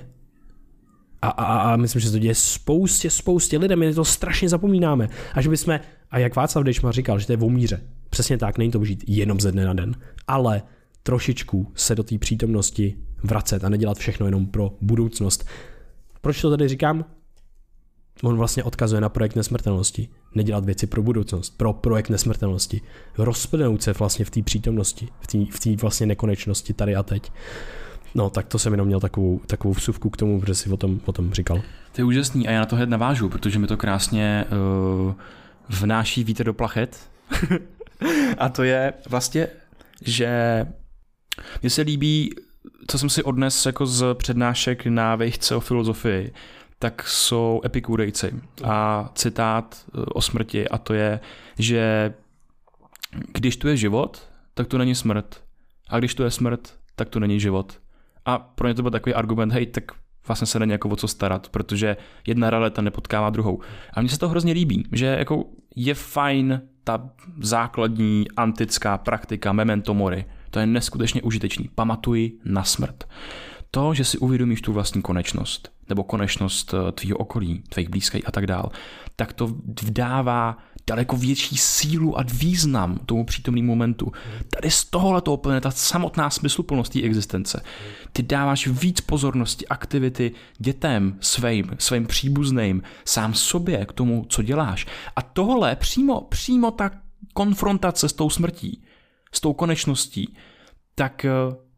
A myslím, že se to děje spoustě lidem, my to strašně zapomínáme. A že bychom, a jak Václav Dejčma říkal, že to je o míře. Přesně tak, není to žít jenom ze dne na den, ale trošičku se do té přítomnosti vracet a nedělat všechno jenom pro budoucnost. Proč to tady říkám? On vlastně odkazuje na projekt nesmrtelnosti. Nedělat věci pro budoucnost, pro projekt nesmrtelnosti. Rozplynout se vlastně v té přítomnosti, v té vlastně nekonečnosti tady a teď. No, tak to jsem jenom měl takovou vsuvku k tomu, protože si o tom říkal. To je úžasný a já na to hned navážu, protože mi to krásně vnáší vítr do plachet. A to je vlastně, že mně se líbí, co jsem si odnes jako z přednášek na vejšce o filozofii, tak jsou epikurejci a citát o smrti a to je, že když tu je život, tak tu není smrt a když tu je smrt, tak tu není život. A pro ně to byl takový argument, hej, tak vlastně se není jako o co starat, protože jedna realita nepotkává druhou. A mně se to hrozně líbí, že jako je fajn ta základní antická praktika memento mori. To je neskutečně užitečný. Pamatuj na smrt. To, že si uvědomíš tu vlastní konečnost, nebo konečnost tvýho okolí, tvých blízkých a tak dál, tak to vdává daleko větší sílu a význam tomu přítomnému momentu. Tady z tohohle toho plyne ta samotná smysluplnost té existence. Ty dáváš víc pozornosti, aktivity dětem, svým příbuzným, sám sobě k tomu, co děláš. A tohle přímo ta konfrontace s tou smrtí, s tou konečností, tak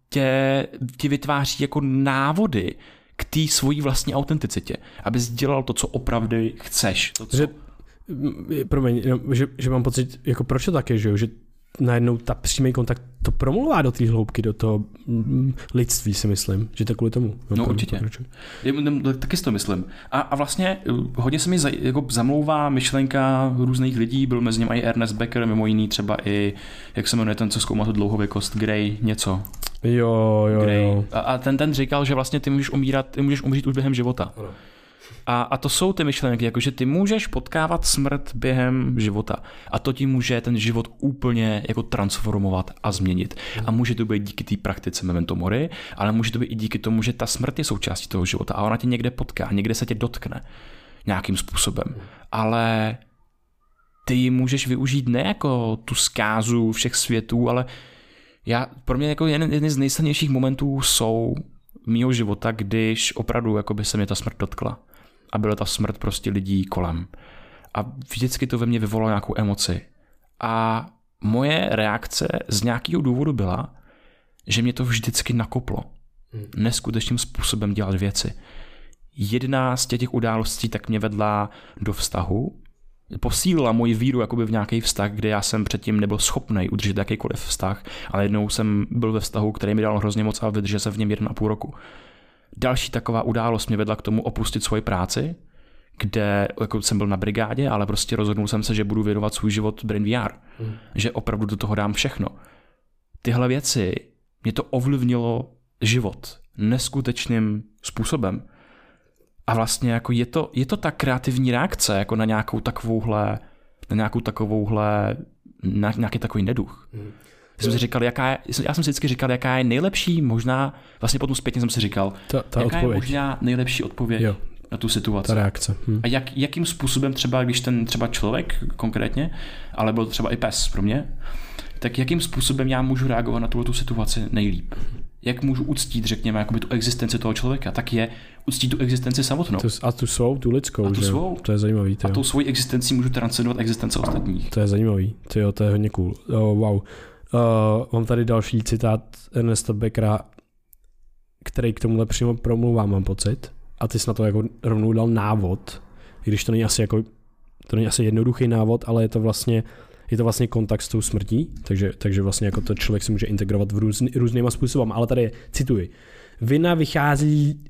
tě vytváří jako návody k té svojí vlastní autenticitě, abys dělal to, co opravdu chceš. promiň, že mám pocit, jako proč to tak je, že najednou ta přímý kontakt to promluvá do té hloubky, do toho lidství, si myslím, že to kvůli tomu. No určitě. Taky si to myslím. A vlastně hodně se mi jako zamlouvá myšlenka různých lidí, byl mezi nimi i Ernest Becker, mimo jiný třeba i, jak se jmenuje ten, co zkoumá tu dlouhověkost, Gray něco. Jo. A ten říkal, že vlastně ty můžeš umřít už během života. A to jsou ty myšlenky, jakože ty můžeš potkávat smrt během života a to ti může ten život úplně jako transformovat a změnit. A může to být díky té praktice memento mori, ale může to být i díky tomu, že ta smrt je součástí toho života a ona tě někde potká, někde se tě dotkne nějakým způsobem. Ale ty ji můžeš využít ne jako tu zkázu všech světů, ale pro mě jako jeden z nejsilnějších momentů jsou mýho života, když opravdu jakoby se mě ta smrt dotkla. A byla ta smrt prostě lidí kolem. A vždycky to ve mně vyvolalo nějakou emoci. A moje reakce z nějakého důvodu byla, že mě to vždycky nakoplo. Neskutečným způsobem dělat věci. Jedna z těch událostí tak mě vedla do vztahu, posílila moji víru jakoby v nějaký vztah, kde já jsem předtím nebyl schopný udržet jakýkoliv vztah, ale jednou jsem byl ve vztahu, který mi dal hrozně moc a vydržel jsem v něm 1,5 roku. Další taková událost mě vedla k tomu opustit svoji práci, kde jako jsem byl na brigádě, ale prostě rozhodnul jsem se, že budu věnovat svůj život Brain VR. Že opravdu do toho dám všechno. Tyhle věci, mě to ovlivnilo život neskutečným způsobem. A vlastně jako je to ta kreativní reakce jako na nějaký takový neduch. Já jsem si vždycky říkal, jaká je nejlepší možná, vlastně potom zpětně jsem si říkal, jaká odpověď. Je možná nejlepší odpověď na tu situaci. Ta reakce. A jakým způsobem třeba, když ten třeba člověk konkrétně, ale byl třeba i pes pro mě, tak jakým způsobem já můžu reagovat na tu situaci nejlíp. Jak můžu uctít, řekněme, jakoby tu existenci toho člověka, tak je uctít tu existenci samotnou. Tu lidskou. To je zajímavý. A tou svojí existencí můžu transcendovat existence ostatních. To je zajímavý. To je hodně cool. Wow. Mám tady další citát Ernesta Beckera, který k tomuhle přímo promluvá, mám pocit. A ty jsi na to jako rovnou dal návod, i když to není asi jednoduchý návod, ale je to vlastně kontakt s tou smrtí, takže vlastně jako to člověk si může integrovat v různýma způsobama, ale tady cituji. Vina vychází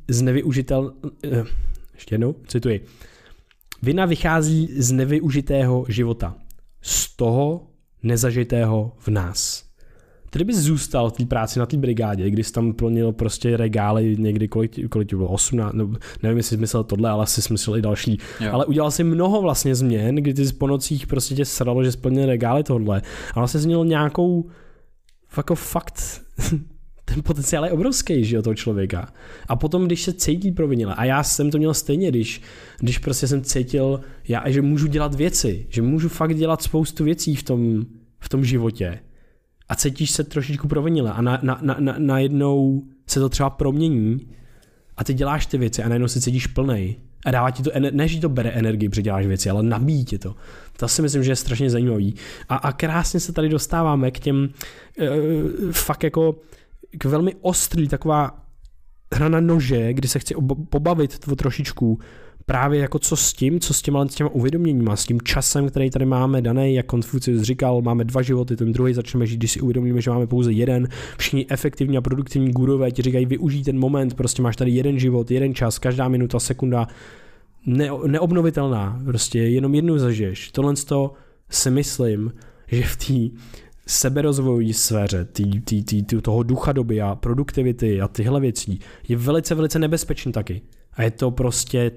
z nevyužitého života. Z toho nezažitého v nás. Tedy bys zůstal v té práci na té brigádě, kdy jsi tam plnil prostě regály někdy, kolik bylo, 18, nevím, jestli jsi myslel tohle, ale asi smyslel i další. Jo. Ale udělal jsi mnoho vlastně změn, kdy ty po nocích prostě tě sralo, že jsi plnil regály tohle. A vlastně jsi měl nějakou jako fakt ten potenciál je obrovský, že jo, toho člověka. A potom, když se cítí provinile, a já jsem to měl stejně, když prostě jsem cítil, že můžu dělat věci, že můžu fakt dělat spoustu věcí v tom životě. A cítíš se trošičku provinile a najednou se to třeba promění a ty děláš ty věci a najednou se cítíš plnej. A dává ti to, ne, že to bere energii, protože děláš věci, ale nabíjí ti to. To si myslím, že je strašně zajímavý. A krásně se tady dostáváme k těm fakt jako k velmi ostrý taková hra na nože, kdy se chci pobavit trošičku právě jako co s těma uvědoměníma, s tím časem, který tady máme daný, jak Konfucius říkal, máme 2 životy, ten druhý začneme žít, když si uvědomíme, že máme pouze jeden. Všichni efektivní a produktivní gurové ti říkají, využij ten moment, prostě máš tady jeden život, jeden čas, každá minuta, sekunda, neobnovitelná, prostě jenom jednou zažiješ. Tohle si myslím, že v té seberozvojové sféře, toho ducha doby a produktivity a tyhle věcí je velice, velice nebezpečný taky. A je to prostě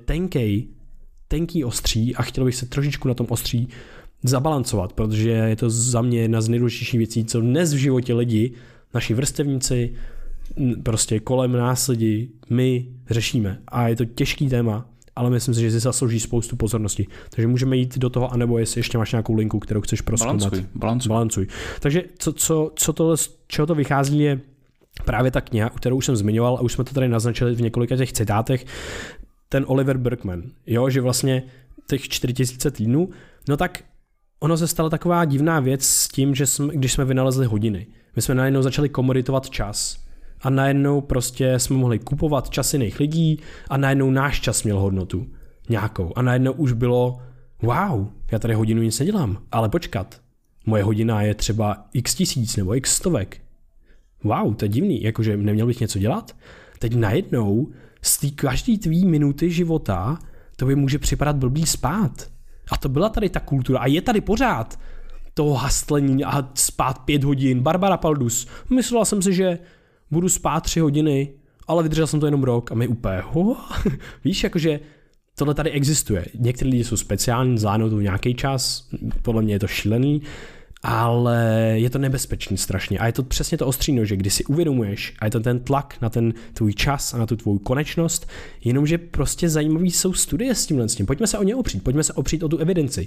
tenký ostří a chtěl bych se trošičku na tom ostří zabalancovat, protože je to za mě jedna z nejdůležitějších věcí, co dnes v životě lidi, naši vrstevníci, prostě kolem nás lidi, my řešíme. A je to těžký téma, ale myslím si, že si zaslouží spoustu pozornosti. Takže můžeme jít do toho, anebo jestli ještě máš nějakou linku, kterou chceš prozkoumat. Balancuj. Takže čeho to vychází, je právě ta kniha, kterou už jsem zmiňoval a už jsme to tady naznačili v několika těch citátech, ten Oliver Burkeman, jo, že vlastně těch 4000 týdnů, no tak ono se stala taková divná věc s tím, že když jsme vynalezli hodiny. My jsme najednou začali komoditovat čas a najednou prostě jsme mohli kupovat čas jiných lidí a najednou náš čas měl hodnotu nějakou a najednou už wow, já tady hodinu nic nedělám, ale počkat, moje hodina je třeba x tisíc nebo x stovek. Wow, to je divný, jakože neměl bych něco dělat? Teď najednou z té každý tvý minuty života to by může připadat blbý spát. A to byla tady ta kultura a je tady pořád toho hastlení a spát 5 hodin. Barbara Paldus. Myslela jsem si, že budu spát 3 hodiny, ale vydržel jsem to jenom rok a my úplně, víš, jakože tohle tady existuje. Někteří lidi jsou speciální, zvládnou to nějaký čas, podle mě je to šílený, ale je to nebezpečný strašně. A je to přesně to ostříno, že když si uvědomuješ a je to ten tlak na ten tvůj čas a na tu tvou konečnost, jenomže prostě zajímavý jsou studie s tímhle s tím. Pojďme se o ně opřít, pojďme se opřít o tu evidenci.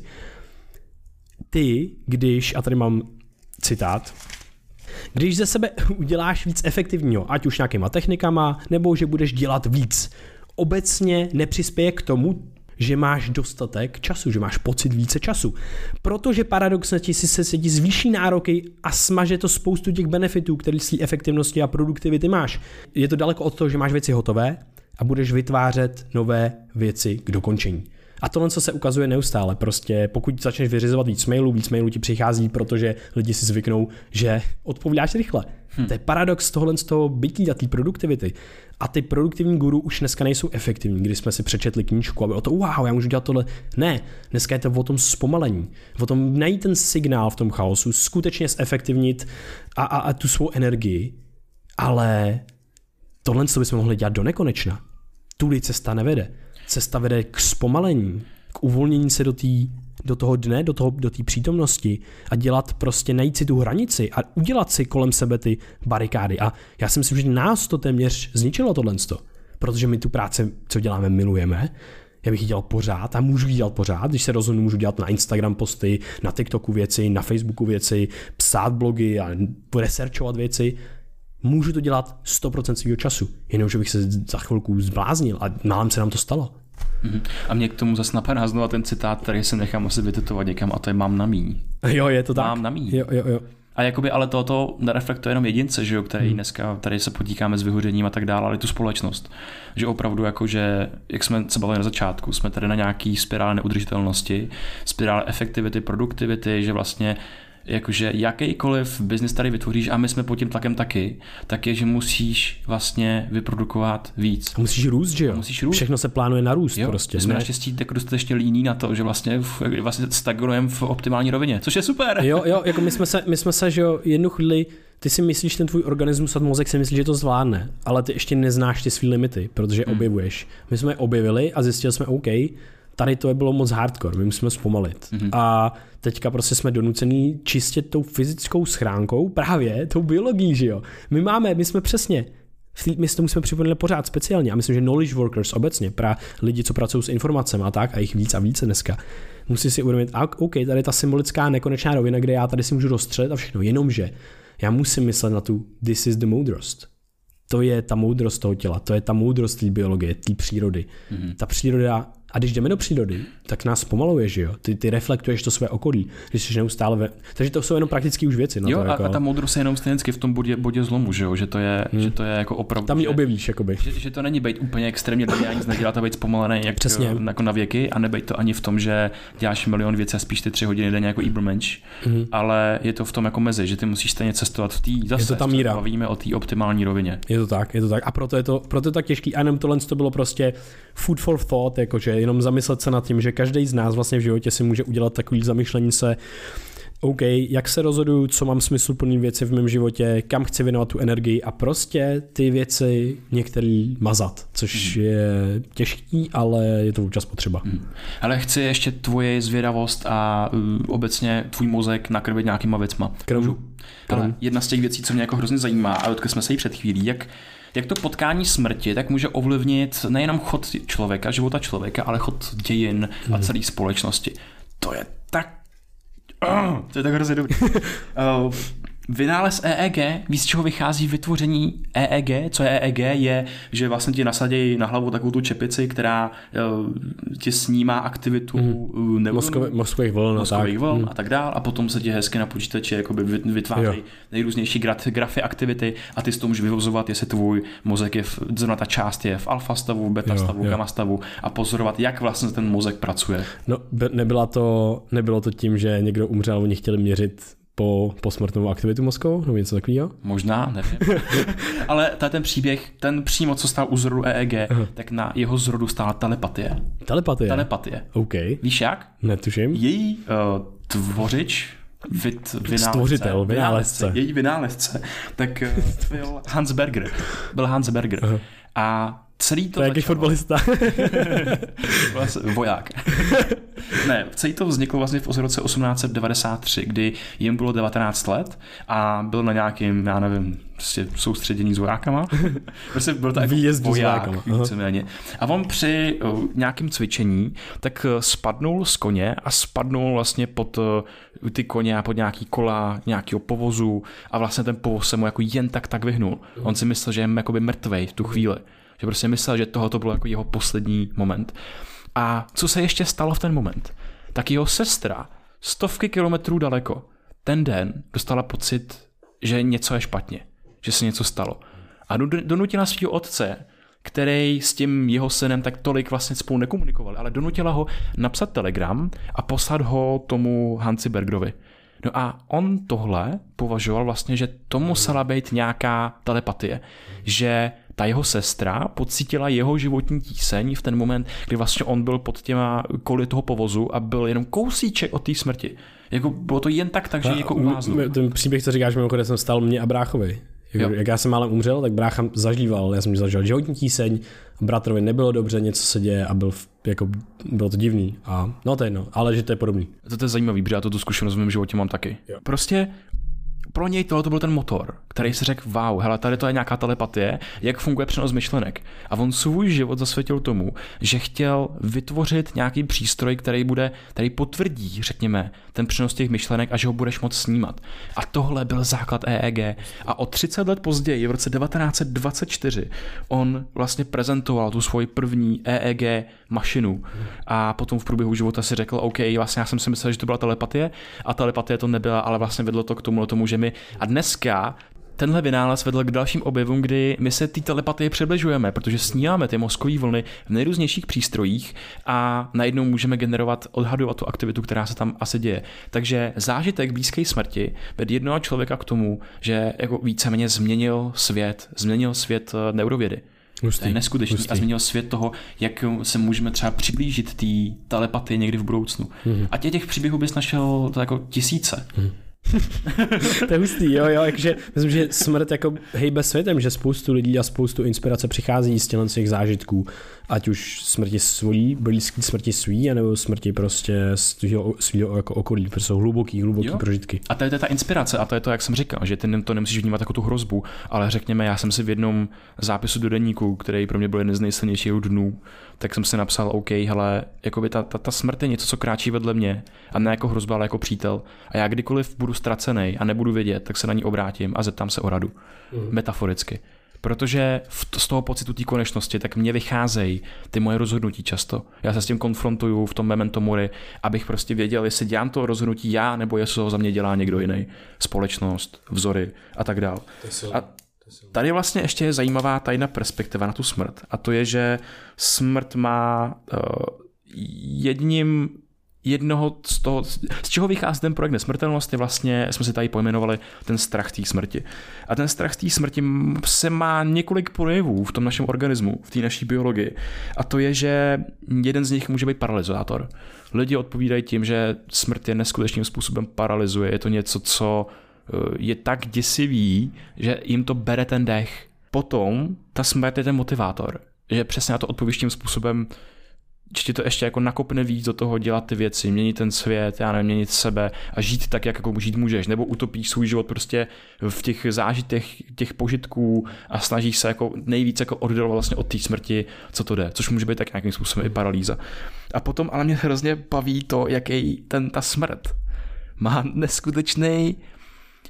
Ty, když, a tady mám citát, když ze sebe uděláš víc efektivního, ať už nějakýma technikama, nebo že budeš dělat víc, obecně nepřispěje k tomu, že máš dostatek času, že máš pocit více času. Protože paradoxně ti se zvýší nároky a smaže to spoustu těch benefitů, který z té efektivnosti a produktivity máš. Je to daleko od toho, že máš věci hotové a budeš vytvářet nové věci k dokončení. A tohle, co se ukazuje neustále, prostě pokud začneš vyřizovat víc mailů ti přichází, protože lidi si zvyknou, že odpovídáš rychle. To je paradox tohle z toho bytí a té produktivity. A ty produktivní guru už dneska nejsou efektivní, když jsme si přečetli knížku, aby o to, wow, já můžu dělat tohle. Ne, dneska je to o tom zpomalení, o tom najít ten signál v tom chaosu, skutečně zefektivnit a tu svou energii. Ale tohle, co bychom mohli dělat do nekonečna, tudy cesta nevede. Cesta vede k zpomalení, k uvolnění se do toho dne, do té přítomnosti a dělat prostě, najít si tu hranici a udělat si kolem sebe ty barikády. A já si myslím, že nás to téměř zničilo tohleto, protože my tu práci, co děláme, milujeme. Já bych ji dělal pořád a můžu ji dělat pořád, když se rozhodnu, můžu dělat na Instagram posty, na TikToku věci, na Facebooku věci, psát blogy a researchovat věci. Můžu to dělat 100% svýho času, jenomže bych se za chvilku zbláznil a málem se nám to stalo. A mě k tomu zase napadá znovu ten citát, který si nechám asi vytetovat někam, a to je mám na míň. Jo, je to tak. Mám na míň. Jo. A jakoby, ale toto nereflektuje jenom jedince, že jo, který dneska, tady se potýkáme s vyhořením a tak dále, ale i tu společnost. Že opravdu, jakože, jak jsme se bavili na začátku, jsme tady na nějaký spirále neudržitelnosti, spirále efektivity, produktivity, že vlastně jakože jakýkoliv biznis tady vytvoříš, a my jsme pod tím tlakem taky, tak je, že musíš vlastně vyprodukovat víc. A musíš růst, že jo? Musíš růst. Všechno se plánuje na růst prostě. Jsme naštěstí tak dostatečně líní na to, že vlastně stagnujeme v optimální rovině, což je super. Jo, jako my jsme se, že jo, jednu chvíli, ty si myslíš, ten tvůj organismus a mozek si myslí, že to zvládne, ale ty ještě neznáš ty svý limity, protože objevuješ. My jsme je objevili a zjistili jsme, OK, tady to bylo moc hardcore, my musíme zpomalit. A teďka prostě jsme donucený čistě tou fyzickou schránkou, právě tou biologií, že jo. My jsme přesně, my si to musíme připomínat pořád speciálně a myslím, že knowledge workers obecně, lidi, co pracují s informacemi a tak, a jich víc a více dneska, musí si uvědomit, OK, tady ta symbolická nekonečná rovina, kde já tady si můžu rozstřelit a všechno, jenomže já musím myslet na tu this is the moudrost. To je ta moudrost toho těla, to je ta moudrost té biologie, té přírody. Ta příroda, a když jdeme do přírody, tak nás pomaluje, že jo? Ty reflektuješ to své okolí, když jsi neustále takže to jsou jenom praktické už věci. Jo, a ta moudrost je jenom stejně v tom bodě zlomu, že jo? Že to je jako opravdu. Tam ji objevíš, jakoby. Že to není být úplně extrémně dobrý, nic nedělat a být zpomalený jako na věky, a nebejt to ani v tom, že děláš milion věcí a spíš ty 3 hodiny denně jako Ibermensch, ale je to v tom jako mezi, že ty musíš stejně cestovat v té zase. Je to ta míra. Bavíme o té optimální rovině. Je to tak. A proto je to tak těžký. A jenom tohle to bylo prostě food for thought, jakože jenom zamyslet se nad tím, že každý z nás vlastně v životě si může udělat takový zamyšlení se, OK, jak se rozhoduju, co mám smysluplný věci v mém životě, kam chci věnovat tu energii a prostě ty věci některý mazat, což je těžký, ale je to občas potřeba. Ale chci ještě tvoje zvědavost a obecně tvůj mozek nakrmit nějakýma věcma. Ale jedna z těch věcí, co mě jako hrozně zajímá, a dotkli jsme se jí před chvílí, jak to potkání smrti tak může ovlivnit nejenom chod člověka, života člověka, ale chod dějin a celé společnosti. To je tak hrozně dobrý. Vynález EEG, víc z čeho vychází vytvoření EEG. Co je EEG? Je, že vlastně ti nasadějí na hlavu takovou tu čepici, která ti snímá aktivitu mozkových vln a tak dál, a potom se ti hezky na počítači jakoby vytvářejí nejrůznější grafy aktivity a ty z toho můžeš vyvozovat, jestli tvůj mozek je zrovna ta část je v alfa stavu, beta stavu, gamma stavu a pozorovat, jak vlastně ten mozek pracuje. No, nebylo to tím, že někdo umřel, oni chtěli měřit po posmrtnou aktivitu mozku, nebo něco takového? Možná, nevím. Ale ten příběh, ten přímo, co stál u zrodu EEG, tak na jeho zrodu stála telepatie. Telepatie. OK. Víš jak? Netuším. Její tvořič, vynálezce. Její vynálezce, tak byl Hans Berger. A celý to... To je jaký fotbalista. Voják. Ne, celý to vzniklo vlastně v roce 1893, kdy jim bylo 19 let a byl na nějakým, já nevím, prostě soustředění s vojákama. Prostě byl to jako voják, víceméně. A on při nějakém cvičení tak spadnul z koně a spadnul vlastně pod ty koně a pod nějaký kola, nějakého povozu a vlastně ten povoz se mu jako jen tak vyhnul. On si myslel, že je jakoby mrtvej v tu chvíli. Že prostě myslel, že tohoto byl jako jeho poslední moment. A co se ještě stalo v ten moment? Tak jeho sestra stovky kilometrů daleko ten den dostala pocit, že něco je špatně, že se něco stalo. A donutila svého otce, který s tím jeho synem tak tolik vlastně spolu nekomunikoval, ale donutila ho napsat telegram a poslat ho tomu Hansi Bergerovi. No a on tohle považoval vlastně, že to musela být nějaká telepatie, že ta jeho sestra pocítila jeho životní tíseň v ten moment, kdy vlastně on byl pod těma koly toho povozu a byl jenom kousíček od té smrti. Jako bylo to jen tak, že jako uváznul. Ten příběh, co říkáš, mimochodem jsem stal mě a bráchovi. Jak já jsem málem umřel, tak brácha zažíval, já jsem zažíval životní tíseň, bratrovi nebylo dobře, něco se děje a bylo to divný. A no to je jedno, ale že to je podobný. To je zajímavý, protože já tu zkušenost v mém životě mám taky. Jo. Prostě pro něj tohle byl ten motor, který si řekl, wow, hele, tady to je nějaká telepatie, jak funguje přenos myšlenek. A on svůj život zasvětil tomu, že chtěl vytvořit nějaký přístroj, který potvrdí, řekněme, ten přenos těch myšlenek a že ho budeš moct snímat. A tohle byl základ EEG. A o 30 let později, v roce 1924, on vlastně prezentoval tu svoji první EEG mašinu. A potom v průběhu života si řekl, OK, vlastně já jsem si myslel, že to byla telepatie, a telepatie to nebyla, ale vlastně vedlo to k tomu, že a dneska tenhle vynález vedl k dalším objevům, kdy my se té telepatii přibližujeme, protože snímáme ty mozkové vlny v nejrůznějších přístrojích a najednou můžeme odhadovat tu aktivitu, která se tam asi děje. Takže zážitek blízké smrti vedl jednoho člověka k tomu, že jako víceméně změnil svět neurovědy. To je neskutečný a změnil svět toho, jak se můžeme třeba přiblížit té telepatii někdy v budoucnu. A těch příběhů bys našel to jako tisíce. To je hustý, jo, jakože myslím, že smrt jako hejbe světem, že spoustu lidí a spoustu inspirace přichází z těch zážitků, ať už smrti svojí, blízký smrti svý, anebo smrti prostě svýho jako okolí, protože jsou hluboký prožitky. A to je ta inspirace a to je to, jak jsem říkal, že ty to nemusíš vnímat jako tu hrozbu, ale řekněme, já jsem si v jednom zápisu do deníku, který pro mě byl jeden z nejsilnějších dnů, tak jsem si napsal, OK, hele, jakoby ta smrt je něco, co kráčí vedle mě a ne jako hrozba, ale jako přítel. A já kdykoliv budu ztracený a nebudu vědět, tak se na ní obrátím a zeptám se o radu. Metaforicky. Protože z toho pocitu té konečnosti tak mě vycházejí ty moje rozhodnutí často. Já se s tím konfrontuju v tom memento mori, abych prostě věděl, jestli dělám to rozhodnutí já, nebo jestli ho za mě dělá někdo jiný. Společnost, vzory a tak dál. A tady vlastně ještě je zajímavá ta jedna perspektiva na tu smrt. A to je, že smrt má jednoho z toho, z čeho vychází ten projekt Nesmrtelnosti, vlastně jsme si tady pojmenovali ten strach té smrti. A ten strach té smrti se má několik projevů v tom našem organismu, v té naší biologii. A to je, že jeden z nich může být paralyzátor. Lidi odpovídají tím, že smrt je neskutečným způsobem paralyzuje. Je to něco, co je tak děsivý, že jim to bere ten dech. Potom ta smrt je ten motivátor. Že přesně na to odpovíš tím způsobem, že ti to ještě jako nakopne víc do toho dělat ty věci, měnit ten svět, já nevím, měnit sebe a žít tak, jak jako žít můžeš, nebo utopíš svůj život prostě v těch zážitech, těch požitků a snažíš se jako nejvíc jako oddalovat vlastně od té smrti, co to jde, což může být tak nějakým způsobem i paralýza. A potom ale mě hrozně baví to, jaký ta smrt má neskutečný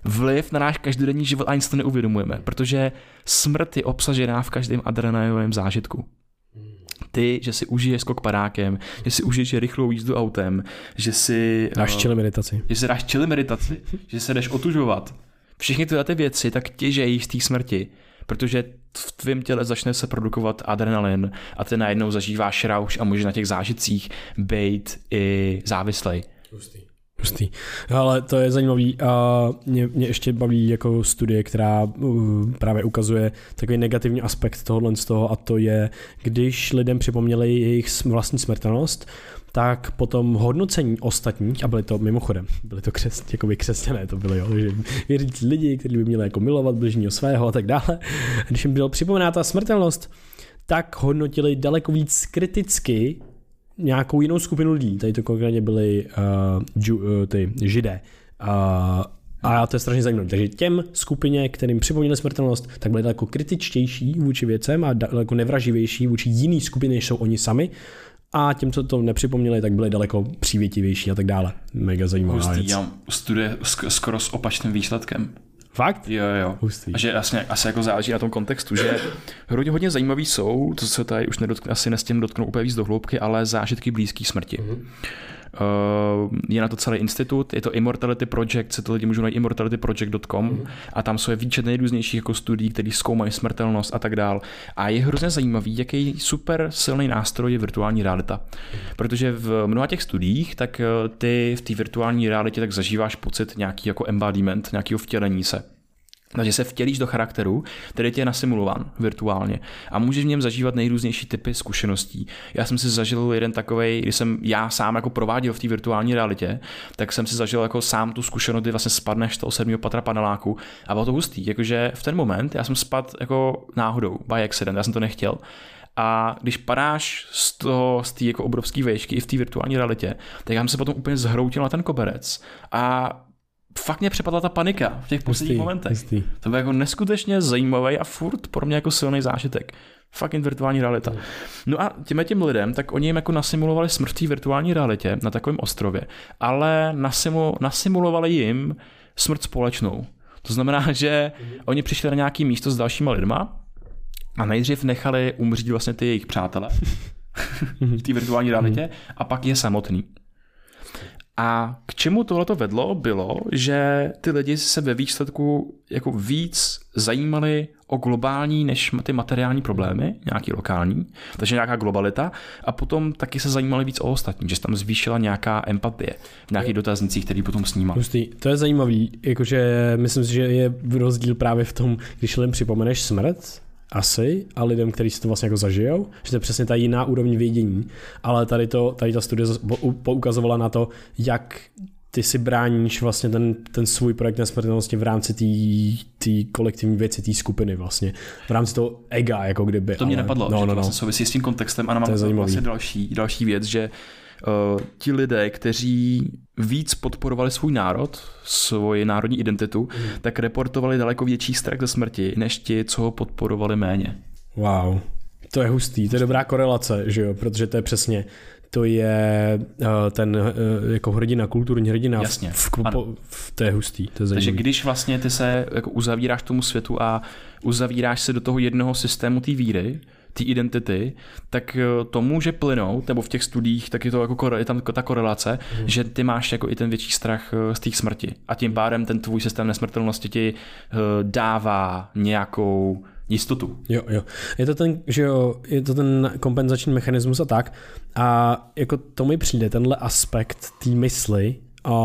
vliv na náš každodenní život a ani si to neuvědomujeme, protože smrt je obsažená v každém adrenalinovém zážitku. Ty, že si užiješ skok padákem, že si užiješ rychlou jízdu autem, že si dáš chili meditaci. Že si dáš chili meditaci, že se jdeš otužovat. Všechny tyhle ty věci tak těžejí z té smrti, protože v tvém těle začne se produkovat adrenalin a ty najednou zažíváš rauš a můžeš na těch zážitcích být i závislej. Hustý. Ale to je zajímavý a mě ještě baví jako studie, která právě ukazuje takový negativní aspekt tohohle z toho, a to je, když lidem připomněli jejich vlastní smrtelnost, tak potom hodnocení ostatních, a byli to mimochodem, byli to křesťané, to byli, jo, že věřící lidi, kteří by měli jako milovat bližního svého a tak dále. Když jim bylo připomíná ta smrtelnost, tak hodnotili daleko víc kriticky nějakou jinou skupinu lidí. Tady to konkrétně byli ty židé. A to je strašně zajímavé. Takže těm skupině, kterým připomněli smrtelnost, tak byli daleko kritičtější vůči věcem a daleko nevraživější vůči jiný skupině, než jsou oni sami. A těm, co to nepřipomněli, tak byli daleko přívětivější a tak dále. Mega zajímavá věc. Já studuje skoro s opačným výsledkem. Fakt? Jo. Hustý. A že asi jako záleží na tom kontextu, že hodně zajímavý jsou, to se tady už asi nestěm dotknou úplně víc do hloubky, ale zážitky blízké smrti. Je na to celý institut, je to Immortality Project, se to lidi můžou najít immortalityproject.com a tam jsou výčet nejrůznějších jako studií, které zkoumají smrtelnost a tak dál. A je hrozně zajímavý, jaký super silný nástroj je virtuální realita. Protože v mnoha těch studiích, tak ty v té virtuální realitě tak zažíváš pocit nějaký jako embodiment, nějakého vtělení se. Takže se vtělíš do charakteru, který tě je nasimulován virtuálně a můžeš v něm zažívat nejrůznější typy zkušeností. Já jsem si zažil jeden takovej, když jsem já sám jako prováděl v té virtuální realitě, tak jsem si zažil jako sám tu zkušenost, kdy vlastně spadneš z toho 7. patra paneláku a bylo to hustý, jakože v ten moment já jsem spadl jako náhodou, by accident, já jsem to nechtěl. A když padáš z té jako obrovské výšky i v té virtuální realitě, tak já jsem se potom úplně zhroutil na ten koberec a fakt mě přepadla ta panika v těch posledních momentech. To bylo jako neskutečně zajímavý a furt pro mě jako silný zážitek. Fucking virtuální realita. No a těm lidem, tak oni jim jako nasimulovali smrt v té virtuální realitě na takovém ostrově, ale nasimulovali jim smrt společnou. To znamená, že oni přišli na nějaké místo s dalšíma lidma a nejdřív nechali umřít vlastně ty jejich přátelé v té virtuální realitě a pak je samotný. A k čemu tohleto vedlo, bylo, že ty lidi se ve výsledku jako víc zajímali o globální než ty materiální problémy, nějaký lokální, takže nějaká globalita, a potom taky se zajímali víc o ostatní, že se tam zvýšila nějaká empatie v nějakých dotaznicích, který potom snímal. To je zajímavý, jakože myslím si, že je rozdíl právě v tom, když lidem připomeneš smrt, asi, a lidem, kteří si to vlastně jako zažijou, že to je přesně ta jiná úroveň vědění, ale tady ta studie poukazovala na to, jak ty si bráníš vlastně ten svůj projekt nesmrtelnosti v rámci té kolektivní věci, té skupiny vlastně, v rámci toho ega, jako kdyby. To mě napadlo, že to vlastně souvisí s tím kontextem a mám vlastně další věc, že ti lidé, kteří víc podporovali svůj národ, svoji národní identitu, tak reportovali daleko větší strach ze smrti, než ti, co ho podporovali méně. Wow, to je hustý, to je dobrá korelace, že jo, protože to je přesně, to je ten jako hrdina, kulturní hrdina. Jasně, to je hustý, to je zajímavý. Takže když vlastně ty se jako uzavíráš tomu světu a uzavíráš se do toho jednoho systému té víry, té identity, tak to může plynout, nebo v těch studiích tak je to jako je tam ta korelace, že ty máš jako i ten větší strach z té smrti. A tím pádem ten tvůj systém nesmrtelnosti ti dává nějakou jistotu. Jo. Je to ten kompenzační mechanismus a tak. A jako to mi přijde, tenhle aspekt té mysli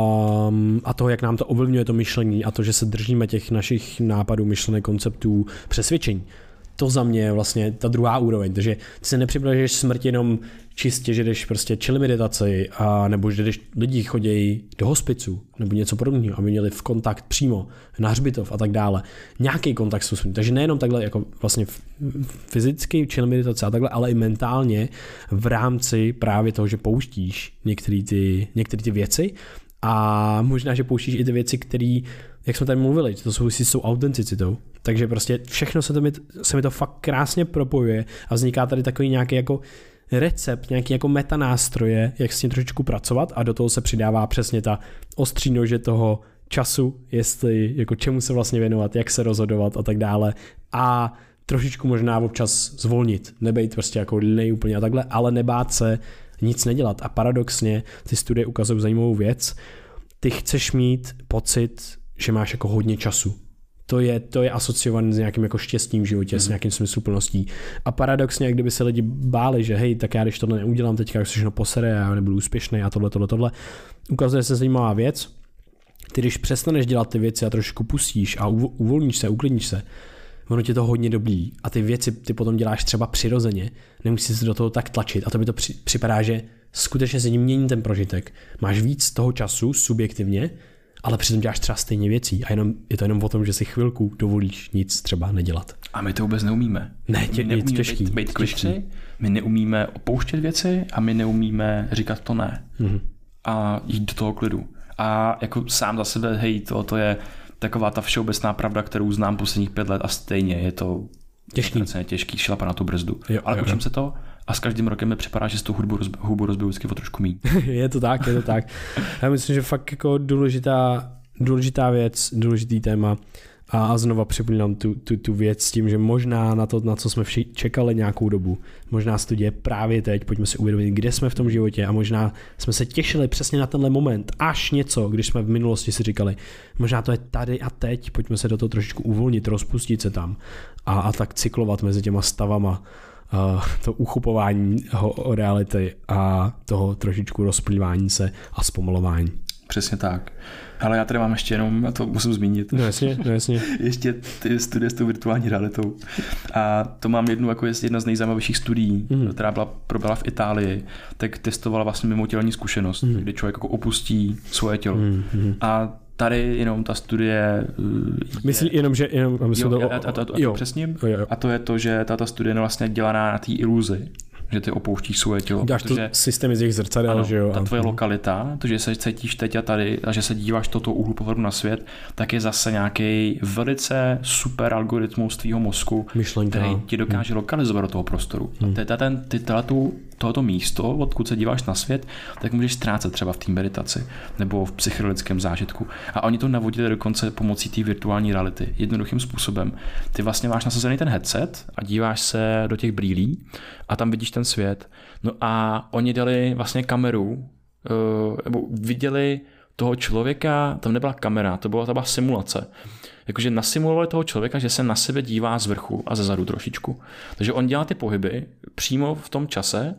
a toho, jak nám to ovlivňuje to myšlení a to, že se držíme těch našich nápadů, myšlenek, konceptů, přesvědčení. To za mě je vlastně ta druhá úroveň, takže ty se nepřipravuješ smrt jenom čistě, že jdeš prostě chili meditaci, a nebo že jdeš, lidi chodějí do hospicu nebo něco podobného, aby měli v kontakt přímo na hřbitov a tak dále. Nějaký kontakt s tím, takže nejenom takhle jako vlastně fyzicky chili meditace a takhle, ale i mentálně v rámci právě toho, že pouštíš některé ty věci a možná, že pouštíš i ty věci, které, jak jsme tady mluvili, to souvisí s tou autenticitou. Takže prostě všechno se mi to fakt krásně propojuje a vzniká tady takový nějaký jako recept, nějaký jako metanástroje, jak s tím trošičku pracovat, a do toho se přidává přesně ta ostří nože toho času, jestli jako čemu se vlastně věnovat, jak se rozhodovat a tak dále a trošičku možná občas zvolnit, nebejt prostě jako nejúplně a takhle, ale nebát se nic nedělat. A paradoxně ty studie ukazují zajímavou věc, ty chceš mít pocit, že máš jako hodně času. To je asociované s nějakým jako štěstím v životě, s nějakým smysluplností. A paradoxně, jak kdyby se lidi báli, že hej, tak já když tohle neudělám teďka, jak se všechno posere, já nebudu úspěšný a tohle. Ukazuje se zajímavá věc. Ty když přestaneš dělat ty věci a trošku pustíš a uvolníš se, uklidníš se, ono tě to hodně dobrý a ty věci ty potom děláš třeba přirozeně, nemusíš se do toho tak tlačit a to by to připadá, že skutečně se tím mění ten prožitek. Máš víc toho času subjektivně, ale přitom děláš třeba stejně věcí a je to jenom o tom, že si chvilku dovolíš nic třeba nedělat. A my to vůbec neumíme. Ne, neumíme těžký. Být quickři, my neumíme opouštět věci a my neumíme říkat to ne. A jít do toho klidu. A jako sám za sebe, hej, to je taková ta všeobecná pravda, kterou znám posledních 5 let a stejně je to těžký šlapat na tu brzdu. Ale učím se to a s každým rokem mi připadá, že s tou hubu rozbiju vždycky o trošku míň. Je to tak. Já myslím, že fakt jako důležitá věc, důležitý téma a znova připomínám tu věc s tím, že možná na to, na co jsme čekali nějakou dobu, možná studie právě teď, pojďme si uvědomit, kde jsme v tom životě a možná jsme se těšili přesně na tenhle moment, až něco, když jsme v minulosti si říkali, možná to je tady a teď, pojďme se do toho trošičku uvolnit, rozpustit se tam a tak cyklovat mezi těma stavama, to uchopování o reality a toho trošičku rozplývání se a zpomalování. Přesně tak. Ale já tady mám ještě jenom, a to musím zmínit. No jasně. ještě ty studie s tou virtuální realitou. A to mám jedna z nejzajímavějších studií, která proběhla v Itálii, tak testovala vlastně mimotělní zkušenost, kdy člověk jako opustí svoje tělo. A tady jenom ta studie... Myslím jenom, že... Přesně. A to je to, že tato studie je vlastně dělaná na té iluzi, že ty opouštíš svoje tělo. Dáš to systémy z jejich zrcadel, ano, že jo? Ta tvoje lokalita, to, že se cítíš teď a tady a že se díváš toto úhlu pohledu na svět, tak je zase nějaký velice super algoritmus tvýho mozku, myšlenka, který ti dokáže lokalizovat do toho prostoru. A tohoto místo, odkud se díváš na svět, tak můžeš ztrácet třeba v té meditaci nebo v psychedelickém zážitku. A oni to navodili dokonce pomocí té virtuální reality. Jednoduchým způsobem. Ty vlastně máš nasazený ten headset a díváš se do těch brýlí a tam vidíš ten svět. No a oni dali vlastně kameru, nebo viděli toho člověka, tam nebyla kamera, to byla simulace. Jakože nasimulovali toho člověka, že se na sebe dívá z vrchu a ze zadu trošičku. Takže on dělá ty pohyby přímo v tom čase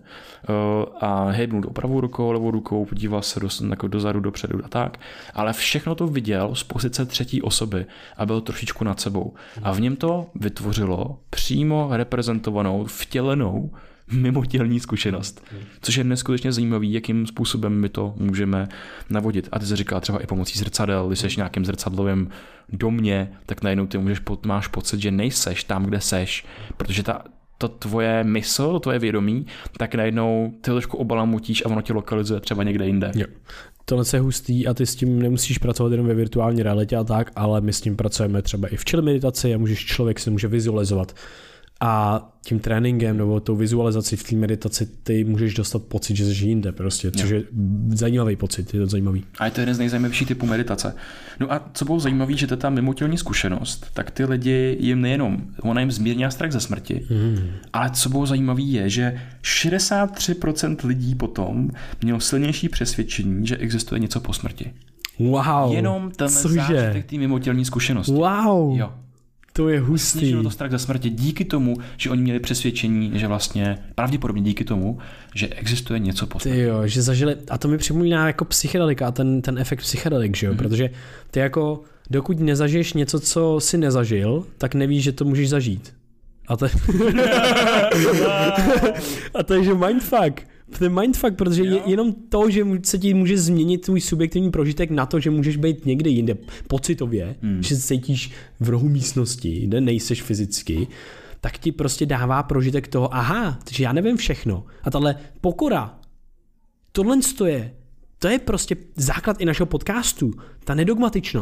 a hejbnul do pravou rukou, levou rukou, podíval se dozadu, dopředu a tak. Ale všechno to viděl z pozice třetí osoby a byl trošičku nad sebou. A v něm to vytvořilo přímo reprezentovanou, vtělenou mimotělní zkušenost. Což je neskutečně zajímavý, jakým způsobem my to můžeme navodit. A ty se říká třeba i pomocí zrcadel, když seš v nějakém zrcadlovém domě, tak najednou ty máš pocit, že nejseš tam, kde seš, protože to tvoje mysl, to tvoje vědomí, tak najednou ty trošku obalamutíš a ono tě lokalizuje třeba někde jinde. Jo. Tohle je hustý a ty s tím nemusíš pracovat jenom ve virtuální realitě a tak, ale my s tím pracujeme třeba i v chill meditaci a člověk se může vizualizovat. A tím tréninkem nebo tou vizualizací v té meditaci ty můžeš dostat pocit, že jsi jinde prostě, což je zajímavý pocit, je to zajímavý. A je to jeden z nejzajímavějších typů meditace. No a co bylo zajímavé, že to je ta mimotělní zkušenost, tak ty lidi jim nejenom, ona jim zmírnila strach ze smrti, ale co bylo zajímavé je, že 63% lidí potom mělo silnější přesvědčení, že existuje něco po smrti. Wow. Jenom ten zážitek té mimotělní zkušenosti. Wow. Jo. To je hustý. Snížilo to strach ze smrti díky tomu, že oni měli přesvědčení, že vlastně pravděpodobně díky tomu, že existuje něco po smrti. Jo, že zažili, a to mi připomíná jako psychedelika a ten efekt psychedelik, že jo, protože ty jako dokud nezažiješ něco, co si nezažil, tak nevíš, že to můžeš zažít. A to je že mindfuck. To je mindfuck, protože je jenom to, že se ti může změnit tvůj subjektivní prožitek na to, že můžeš být někde jinde pocitově, že se cítíš v rohu místnosti, kde nejseš fyzicky, tak ti prostě dává prožitek toho, aha, takže já nevím všechno. A tahle pokora, to je prostě základ i našeho podcastu, ta nedogmatičnost.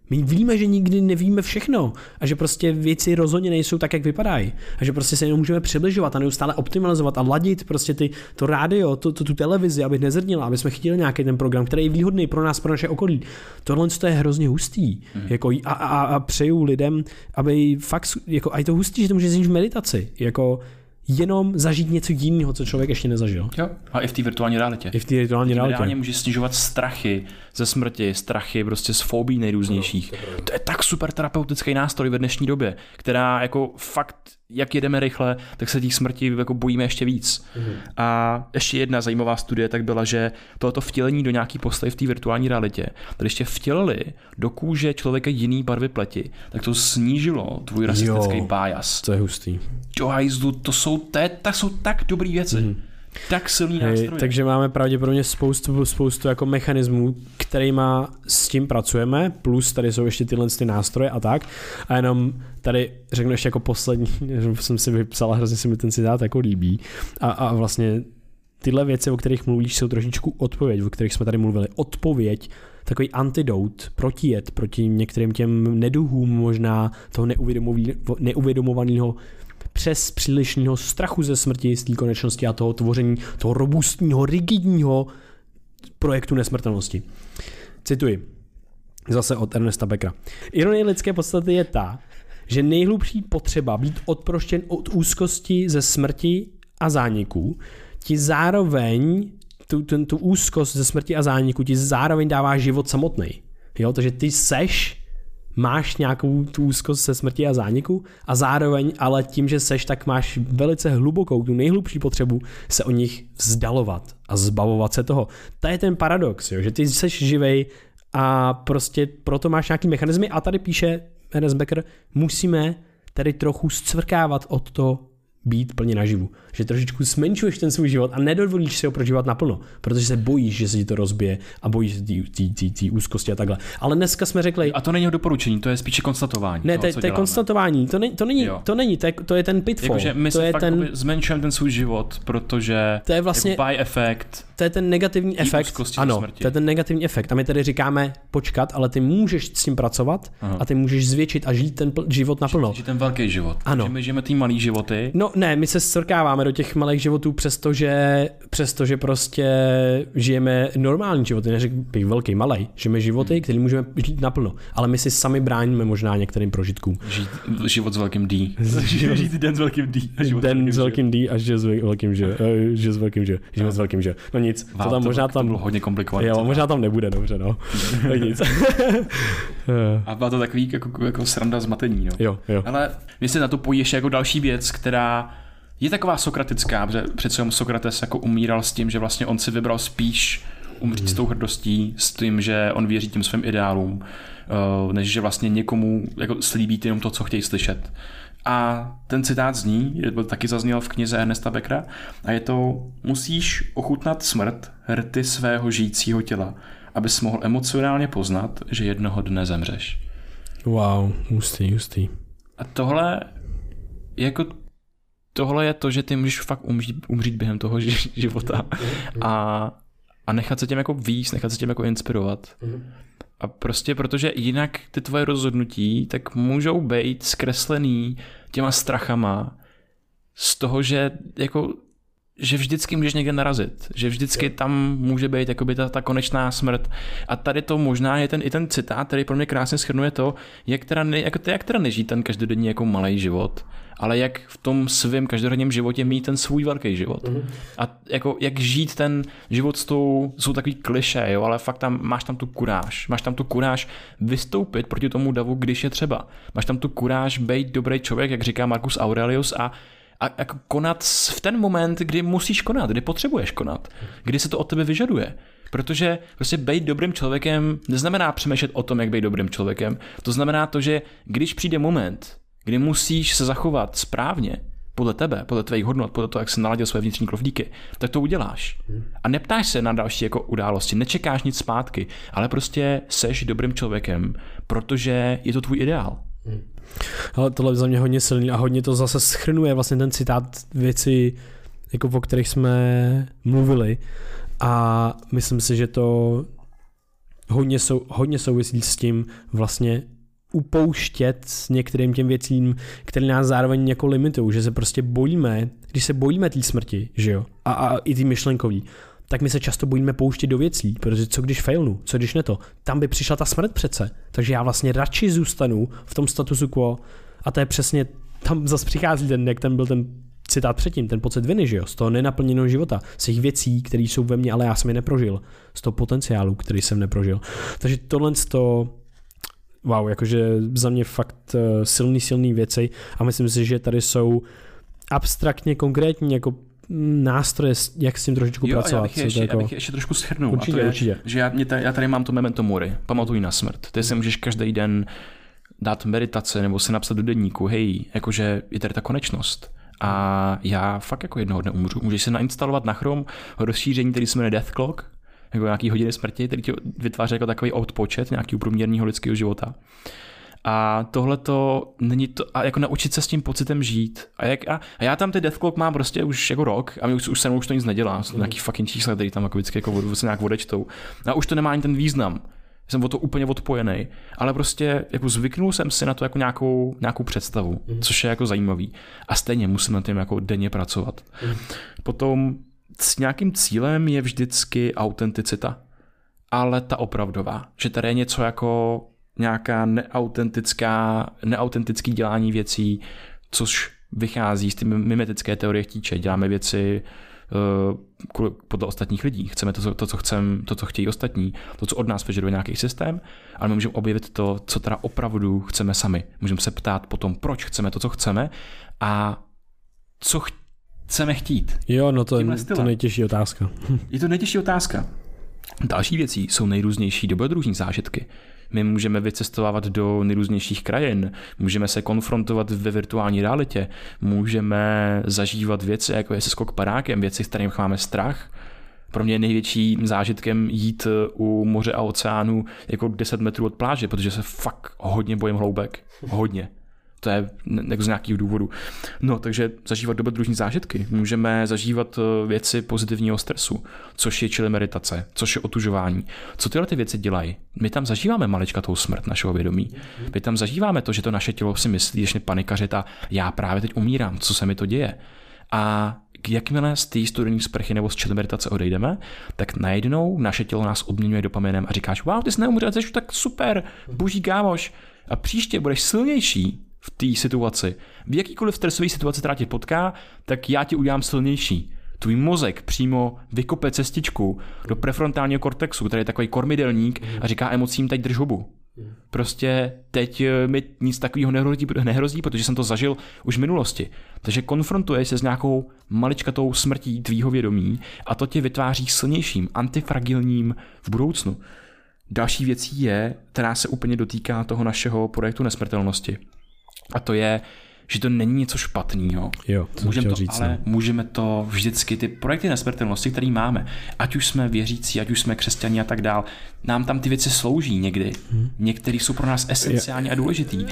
My víme, že nikdy nevíme všechno a že prostě věci rozhodně nejsou tak, jak vypadají. A že prostě se jenom můžeme přibližovat a neustále optimalizovat a ladit prostě to rádio, tu televizi, aby nezrnila, aby jsme chytili nějaký ten program, který je výhodný pro nás, pro naše okolí. Tohle je hrozně hustý. Jako, a přeju lidem, aby fakt, jako, a je to hustý, že to může znít v meditaci. Jako, jenom zažít něco jiného, co člověk ještě nezažil. Jo. A i v té virtuální realitě. I v té virtuální realitě. Reálně může snižovat strachy ze smrti, strachy prostě z fobí nejrůznějších. To je tak super terapeutický nástroj ve dnešní době, která jako fakt, jak jedeme rychle, tak se těch smrti jako bojíme ještě víc. A ještě jedna zajímavá studie tak byla, že tohoto vtělení do nějaký postavy v té virtuální realitě, tady ještě vtělili do kůže člověka jiný barvy pleti, tak to snížilo tvůj rasistický bias. To je hustý. Do hajzlu, to jsou tak dobrý věci. Tak silný nástroj. Takže máme pravděpodobně spoustu jako mechanismů, kterýma s tím pracujeme, plus tady jsou ještě tyhle ty nástroje a tak. A jenom tady řeknu ještě jako poslední, že jsem si vypsal a hrozně se mi ten citát jako líbí. A vlastně tyhle věci, o kterých mluvíš, jsou trošičku odpověď, o kterých jsme tady mluvili. Odpověď, takový antidot, protijed proti některým těm neduhům možná toho neuvědomovaného přes přílišného strachu ze smrti, z té konečnosti a toho tvoření, toho robustního, rigidního projektu nesmrtelnosti. Cituji zase od Ernesta Beckera. Ironie lidské podstaty je ta, že nejhlubší potřeba být odproštěn od úzkosti ze smrti a zániku ti zároveň tu úzkost ze smrti a zániku ti zároveň dává život samotný. Jo, takže ty máš nějakou tu úzkost se smrti a zániku a zároveň ale tím, že seš, tak máš velice hlubokou, tu nejhlubší potřebu se o nich vzdalovat a zbavovat se toho. To je ten paradox, jo, že ty seš živej a prostě proto máš nějaký mechanismy a tady píše Ernest Becker, musíme tady trochu zcvrkávat od to být plně naživu. Že trošičku zmenšuješ ten svůj život a nedovolíš si ho prožívat naplno, protože se bojíš, že se ti to rozbije a bojíš se té úzkosti a takhle. Ale dneska jsme řekli... A to není doporučení, to je spíše konstatování. Ne, to je konstatování, to je ten pitfall. Jakože my se fakt zmenšujeme ten svůj život, protože to je vlastně, jako by effect. To je ten negativní efekt. Ano, to je ten negativní efekt. A my tady říkáme počkat, ale ty můžeš s tím pracovat a ty můžeš zvětšit a žít ten život naplno. Žít ten velký život. Ano. Takže my žijeme ty malý životy. No ne, my se zcrkáváme do těch malých životů, přestože prostě žijeme normální životy, neřekl bych velký, malej. Žijeme životy, které můžeme žít naplno, ale my si sami bráníme možná některým prožitkům. Žít život s velkým D. Žít den s velkým D. Den s velkým D a žít s velkým Ž. Žít s velkým Ž. Život s velkým Ž. No nic, to tam možná tam bylo hodně komplikované. Jo, možná tam nebude, dobře, no. Nic. A byla to takový jako sranda zmatení, no. Jo. Ale my se na to pojí ještě jako další věc, která je taková sokratická, protože přece Sokrates jako umíral s tím, že vlastně on si vybral spíš umřít s tou hrdostí, s tím, že on věří těm svým ideálům, než že vlastně někomu jako slíbí jenom to, co chtějí slyšet. A ten citát zní, taky zazněl v knize Ernesta Beckera, a je to: musíš ochutnat smrt rty svého žijícího těla, abys mohl emocionálně poznat, že jednoho dne zemřeš. Wow, hustý. A tohle je to, že ty můžeš fakt umřít během toho života a nechat se tím jako víc, nechat se tím jako inspirovat. A prostě protože jinak ty tvoje rozhodnutí tak můžou být zkreslený těma strachama z toho, že vždycky můžeš někde narazit, že vždycky tam může být jakoby ta konečná smrt. A tady to možná je i ten citát, který pro mě krásně shrnuje to, jak teda nežít ten každodenní jako malej život, ale jak v tom svém každodenním životě mít ten svůj velký život. A jak žít ten život jsou takový klišé, jo, ale fakt máš tam tu kuráž vystoupit proti tomu davu, když je třeba. Máš tam tu kuráž být dobrý člověk, jak říká Marcus Aurelius, a jako konat v ten moment, kdy musíš konat, kdy potřebuješ konat, kdy se to od tebe vyžaduje. Protože prostě být dobrým člověkem neznamená přemýšlet o tom, jak být dobrým člověkem. To znamená to, že když přijde moment, kdy musíš se zachovat správně, podle tebe, podle tvých hodnot, podle toho, jak jsi naladil své vnitřní klofdíky, tak to uděláš. A neptáš se na další jako události, nečekáš nic zpátky, ale prostě seš dobrým člověkem, protože je to tvůj ideál. Ale tohle je za mě hodně silný a hodně to zase shrnuje vlastně ten citát věci, jako o kterých jsme mluvili, a myslím si, že to hodně souvisí s tím vlastně upouštět s některým těm věcím, které nás zároveň jako limitují, že se prostě bojíme, když se bojíme té smrti, že jo, a i ty myšlenkový, tak my se často bojíme pouštět do věcí, protože co když failnu, co když ne to, tam by přišla ta smrt přece, takže já vlastně radši zůstanu v tom statusu quo a to je přesně, tam zase přichází jak tam byl ten citát předtím, ten pocit viny, že jo, z toho nenaplněného života, z těch věcí, které jsou ve mně, ale já jsem je neprožil, z toho potenciálu, který jsem neprožil. Takže tohle wow, jakože za mě fakt silný věci a myslím si, že tady jsou abstraktně konkrétní jako nástroje, jak s tím trošičku pracovat. Já bych ještě trošku shrnul. Určitě. Že já tady mám to memento mori, pamatuj na smrt. Ty si můžeš každý den dát meditace nebo si napsat do deníku, hej, jakože je tady ta konečnost. A já fakt jako jednoho dne umřu. Můžeš si nainstalovat na Chrome rozšíření, který se jmenuje Death Clock, jako nějaký hodiny smrti, který ti vytváří jako takový odpočet nějakého průměrného lidského života. A tohle to není to, a jako naučit se s tím pocitem žít. A já tam ty Death Clock mám prostě už jako rok a už se mnou už to nic nedělá. Jsou nějaký fucking čísla, který tam jako vždycky jako se nějak odečtou. A už to nemá ani ten význam. Jsem o to úplně odpojený. Ale prostě jako zvyknul jsem si na to jako nějakou představu, což je jako zajímavý. A stejně musím na tím jako denně pracovat. Potom s nějakým cílem je vždycky autenticita. Ale ta opravdová. Že tady je něco jako nějaká neautentický dělání věcí, což vychází z té mimetické teorie chtíče. Děláme věci podle ostatních lidí. Chceme to, co chtějí ostatní, to, co od nás vyžaduje nějaký systém, ale my můžeme objevit to, co teda opravdu chceme sami. Můžeme se ptát potom, proč chceme to, co chceme a co chceme chtít. Jo, no to je to nejtěžší otázka. Je to nejtěžší otázka. Další věcí jsou nejrůznější dobrodružní zážitky. My můžeme vycestovávat do nejrůznějších krajin, můžeme se konfrontovat ve virtuální realitě, můžeme zažívat věci, jako je skok padákem, věci, s kterými máme strach. Pro mě je největším zážitkem jít u moře a oceánu jako 10 metrů od pláže, protože se fakt hodně bojím hloubek. Hodně. To je jako z nějakých důvodů. No, takže zažívat dobrodružní zážitky. Můžeme zažívat věci pozitivního stresu, což je čili meditace, což je otužování. Co tyhle ty věci dělají? My tam zažíváme maličkatou smrt našeho vědomí. My tam zažíváme to, že to naše tělo si myslí, když panikařit a já právě teď umírám, co se mi to děje. A jakmile z té studené sprchy nebo z čili meditace odejdeme, tak najednou naše tělo nás odměňuje dopaminem a říkáš, wow, ty jsi neumřel, jsi tak super, boží kámoš. A příště budeš silnější v té situaci. V jakýkoliv stresové situaci, která tě potká, tak já ti udělám silnější. Tvůj mozek přímo vykope cestičku do prefrontálního kortexu, který je takový kormidelník a říká emocím, teď drž hubu. Prostě teď mi nic takového nehrozí, protože jsem to zažil už v minulosti. Takže konfrontuješ se s nějakou maličkatou smrtí tvýho vědomí a to tě vytváří silnějším, antifragilním v budoucnu. Další věcí je, která se úplně dotýká toho našeho projektu nesmrtelnosti. A to je, že to není něco špatného. Můžeme to vždycky, ty projekty nesmrtelnosti, které máme, ať už jsme věřící, ať už jsme křesťaní a tak dál, nám tam ty věci slouží někdy. Některé jsou pro nás esenciální a důležitý.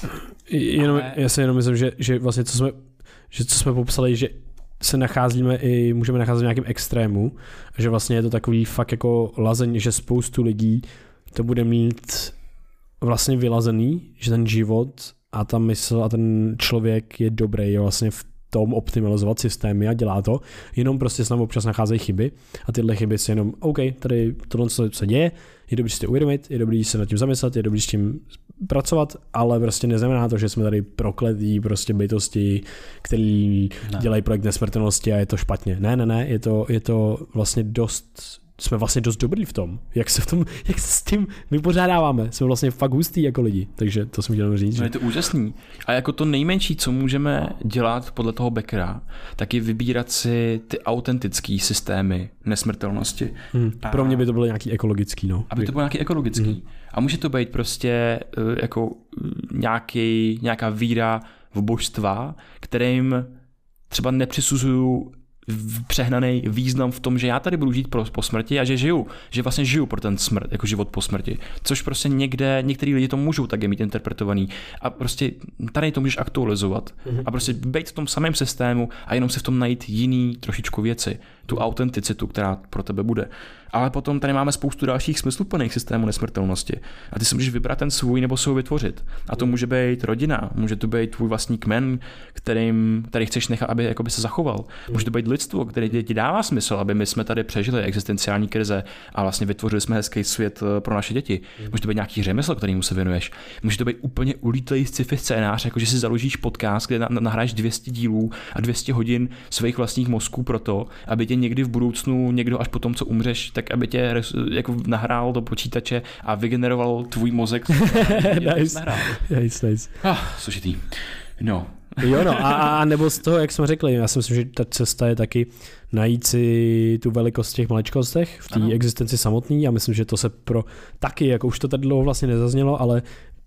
Já si jenom myslím, že vlastně co jsme popsali, že se nacházíme i můžeme nacházet v nějakém extrému, že vlastně je to takový fakt jako lazení, že spoustu lidí to bude mít vlastně vylazený, že ten život a ta mysl a ten člověk je dobrý, je vlastně v tom optimalizovat systémy a dělá to, jenom prostě se nám občas nacházejí chyby a tyhle chyby si jenom, OK, tady tohle se děje, je dobrý si to uvědomit, je dobrý se nad tím zamyslet, je dobrý s tím pracovat, ale prostě neznamená to, že jsme tady prokletí prostě bytosti, který dělají projekt nesmrtelnosti a je to špatně. Ne, je to vlastně jsme vlastně dost dobrý v tom, jak se s tím vypořádáváme. Jsme vlastně fakt hustý jako lidi, takže to jsem chtěl říct. No je to úžasný. A jako to nejmenší, co můžeme dělat podle toho Beckera, tak je vybírat si ty autentické systémy nesmrtelnosti. Pro mě by to bylo nějaký ekologický. No. Aby to bylo nějaký ekologický. A může to být prostě jako nějaká víra v božstva, kterým třeba nepřisuzuju přehnaný význam v tom, že já tady budu žít po smrti a že vlastně žiju pro ten smrt, jako život po smrti. Což prostě některý lidi to můžou tak mít interpretovaný. A prostě tady to můžeš aktualizovat. A prostě být v tom samém systému a jenom si v tom najít jiný trošičku věci. tu autenticitu, která pro tebe bude. Ale potom tady máme spoustu dalších smysluplných systémů nesmrtelnosti. A ty si můžeš vybrat ten svůj nebo si ho vytvořit. A to může být rodina, může to být tvůj vlastní kmen, který chceš nechat, aby jakoby se zachoval. Může to být lidstvo, který ti dává smysl, aby my jsme tady přežili existenciální krize a vlastně vytvořili jsme hezký svět pro naše děti. Může to být nějaký řemesl, kterému se věnuješ. Může to být úplně ulítlý sci-fi scénář, jako že si založíš podcast, kde nahráš 200 dílů a 200 hodin svých vlastních mozků pro to, aby tě někdy v budoucnu někdo až po tom, co umřeš, tak aby tě jako nahrál do počítače a vygeneroval tvůj mozek. Nice. Složitý. No. Jo, no, a nebo z toho, jak jsme řekli, já si myslím, že ta cesta je taky najít si tu velikost v těch maličkostech, v té existenci samotný. Já myslím, že to se taky, jako už to tady dlouho vlastně nezaznělo, ale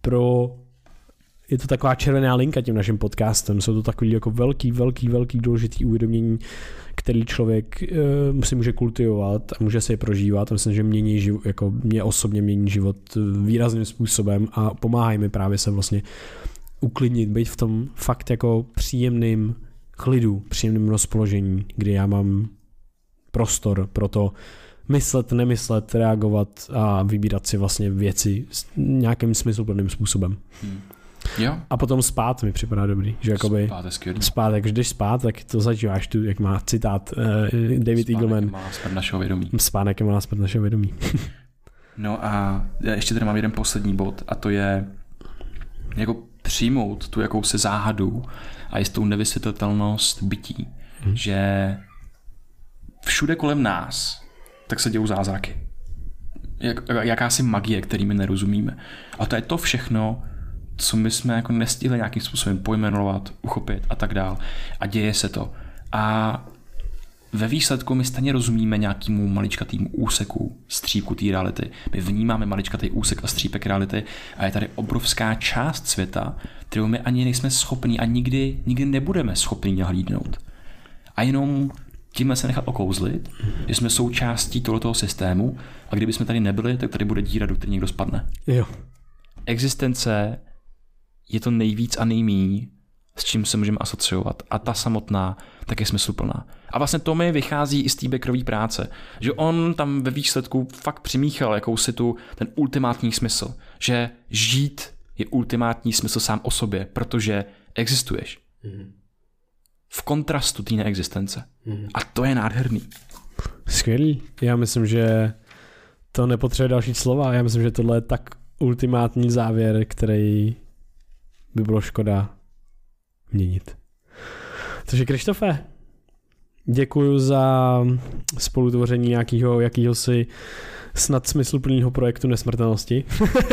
je to taková červená linka tím naším podcastem. Jsou to takový jako velký důležitý uvědomění, který člověk si může kultivovat a může si je prožívat. A myslím, že mě osobně mění život výrazným způsobem a pomáhají mi právě se vlastně uklidnit, být v tom fakt jako příjemným klidu, příjemným rozpoložení, kdy já mám prostor pro to myslet, nemyslet, reagovat a vybírat si vlastně věci s nějakým smysluplným způsobem. Jo. A potom spát mi připadá dobrý, že jakoby spát, jak když spát, tak to zažíváš tu, jak má citát David Eagleman. Spánek je malá smrt našeho vědomí. No a ještě tady mám jeden poslední bod a to je jako přijmout tu jakousi záhadu a jistou nevysvětlitelnost bytí, že všude kolem nás tak se dějou zázraky. Jakási magie, kterými nerozumíme. A to je to všechno, co my jsme jako nestihli nějakým způsobem pojmenovat, uchopit a tak dál. A děje se to. A ve výsledku my stejně rozumíme nějakému maličkatýmu úseku, střípku té reality. My vnímáme maličkatý úsek a střípek reality a je tady obrovská část světa, kterou my ani nejsme schopní a nikdy nebudeme schopní nahlídnout. A jenom tímhle se nechat okouzlit, že jsme součástí tohoto systému a kdyby jsme tady nebyli, tak tady bude díra, do které někdo spadne. Jo. Existence je to nejvíc a nejméně, s čím se můžeme asociovat. A ta samotná tak je smysluplná. A vlastně to mi vychází i z té Beckerový práce. Že on tam ve výsledku fakt přimíchal jakousi ten ultimátní smysl. Že žít je ultimátní smysl sám o sobě, protože existuješ. V kontrastu té neexistence. A to je nádherný. Skvělý. Já myslím, že to nepotřebuje další slova. Já myslím, že tohle je tak ultimátní závěr, který by bylo škoda měnit. Takže Krištofe, děkuju za spolutvoření jakýhosi snad smysluplného projektu nesmrtelnosti.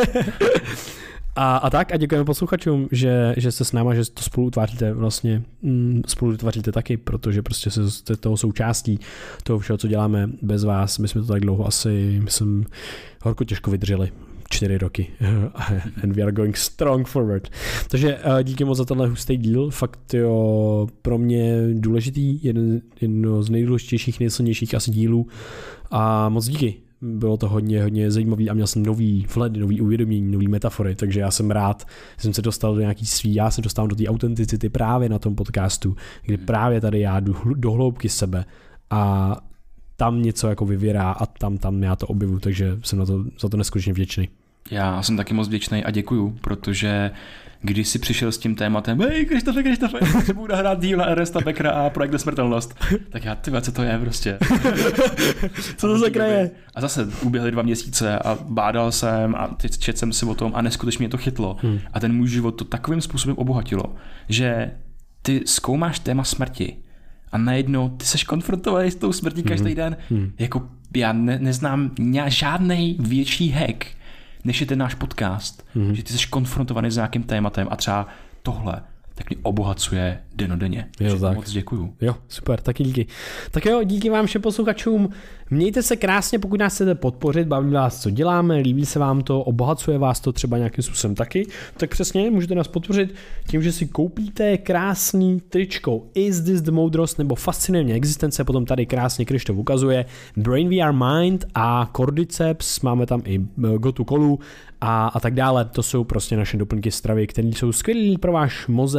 a děkujeme posluchačům, že jste s náma, že to spolu utváříte taky, protože prostě jste toho součástí toho všeho, co děláme bez vás. My jsme to tak dlouho asi, myslím, horko těžko vydrželi. 4 roky. And we are going strong forward. Takže díky moc za tenhle hustý díl. Fakt jo, pro mě důležitý, jedno z nejdůležitějších, nejsilnějších asi dílů. A moc díky. Bylo to hodně zajímavý a měl jsem nový vhled, nový uvědomění, nový metafory, takže já jsem rád, že jsem se dostal do já se dostávám do té autenticity právě na tom podcastu, kdy právě tady já jdu do hloubky sebe a tam něco jako vyvěrá a tam já to objevu, takže jsem za to neskutečně vděčný. Já jsem taky moc vděčný a děkuju, protože když jsi přišel s tím tématem, hej, Krištofe, potřebuji nahrát díl na Ernesta Beckera a projekt Nesmrtelnost, tak já, co to je prostě. Co to za kraje? A zase uběhly 2 měsíce a bádal jsem a četl jsem si o tom a neskutečně mě to chytlo. A ten můj život to takovým způsobem obohatilo, že ty zkoumáš téma smrti a najednou ty seš konfrontovaný s tou smrtí každý den. Jako já neznám žádnej větší hack, než je ten náš podcast, že ty jsi konfrontovaný s nějakým tématem a třeba tohle tak mě obohacuje dennodenně. Moc děkuju. Jo, super, taky díky. Tak jo, díky vám všem posluchačům. Mějte se krásně, pokud nás chcete podpořit, baví vás, co děláme, líbí se vám to, obohacuje vás to třeba nějakým způsobem taky, tak přesně můžete nás podpořit tím, že si koupíte krásný tričko Is This the Moudrost nebo Fascinuje mě existence, potom tady krásně Krištof ukazuje Brain VR Mind a Cordyceps, máme tam i Gotu Kolu a tak dále. To jsou prostě naše doplňky stravy, které jsou skvělé pro váš mozek,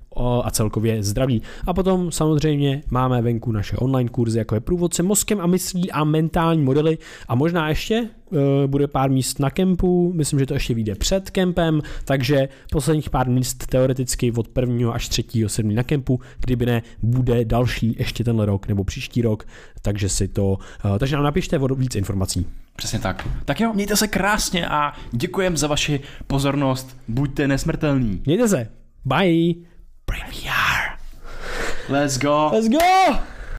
a celkově zdraví. A potom samozřejmě máme venku naše online kurzy, jako je Průvodce mozkem a myslí a mentální modely a možná ještě bude pár míst na kempu, myslím, že to ještě vyjde před kempem, takže posledních pár míst teoreticky od 1. až 3. 7. na kempu, kdyby ne, bude další ještě tenhle rok nebo příští rok, takže takže nám napište o víc informací. Přesně tak. Tak jo, mějte se krásně a děkujem za vaši pozornost. Buďte nesmrtelní. Mějte se. Bye. Premiere. Let's go. Let's go.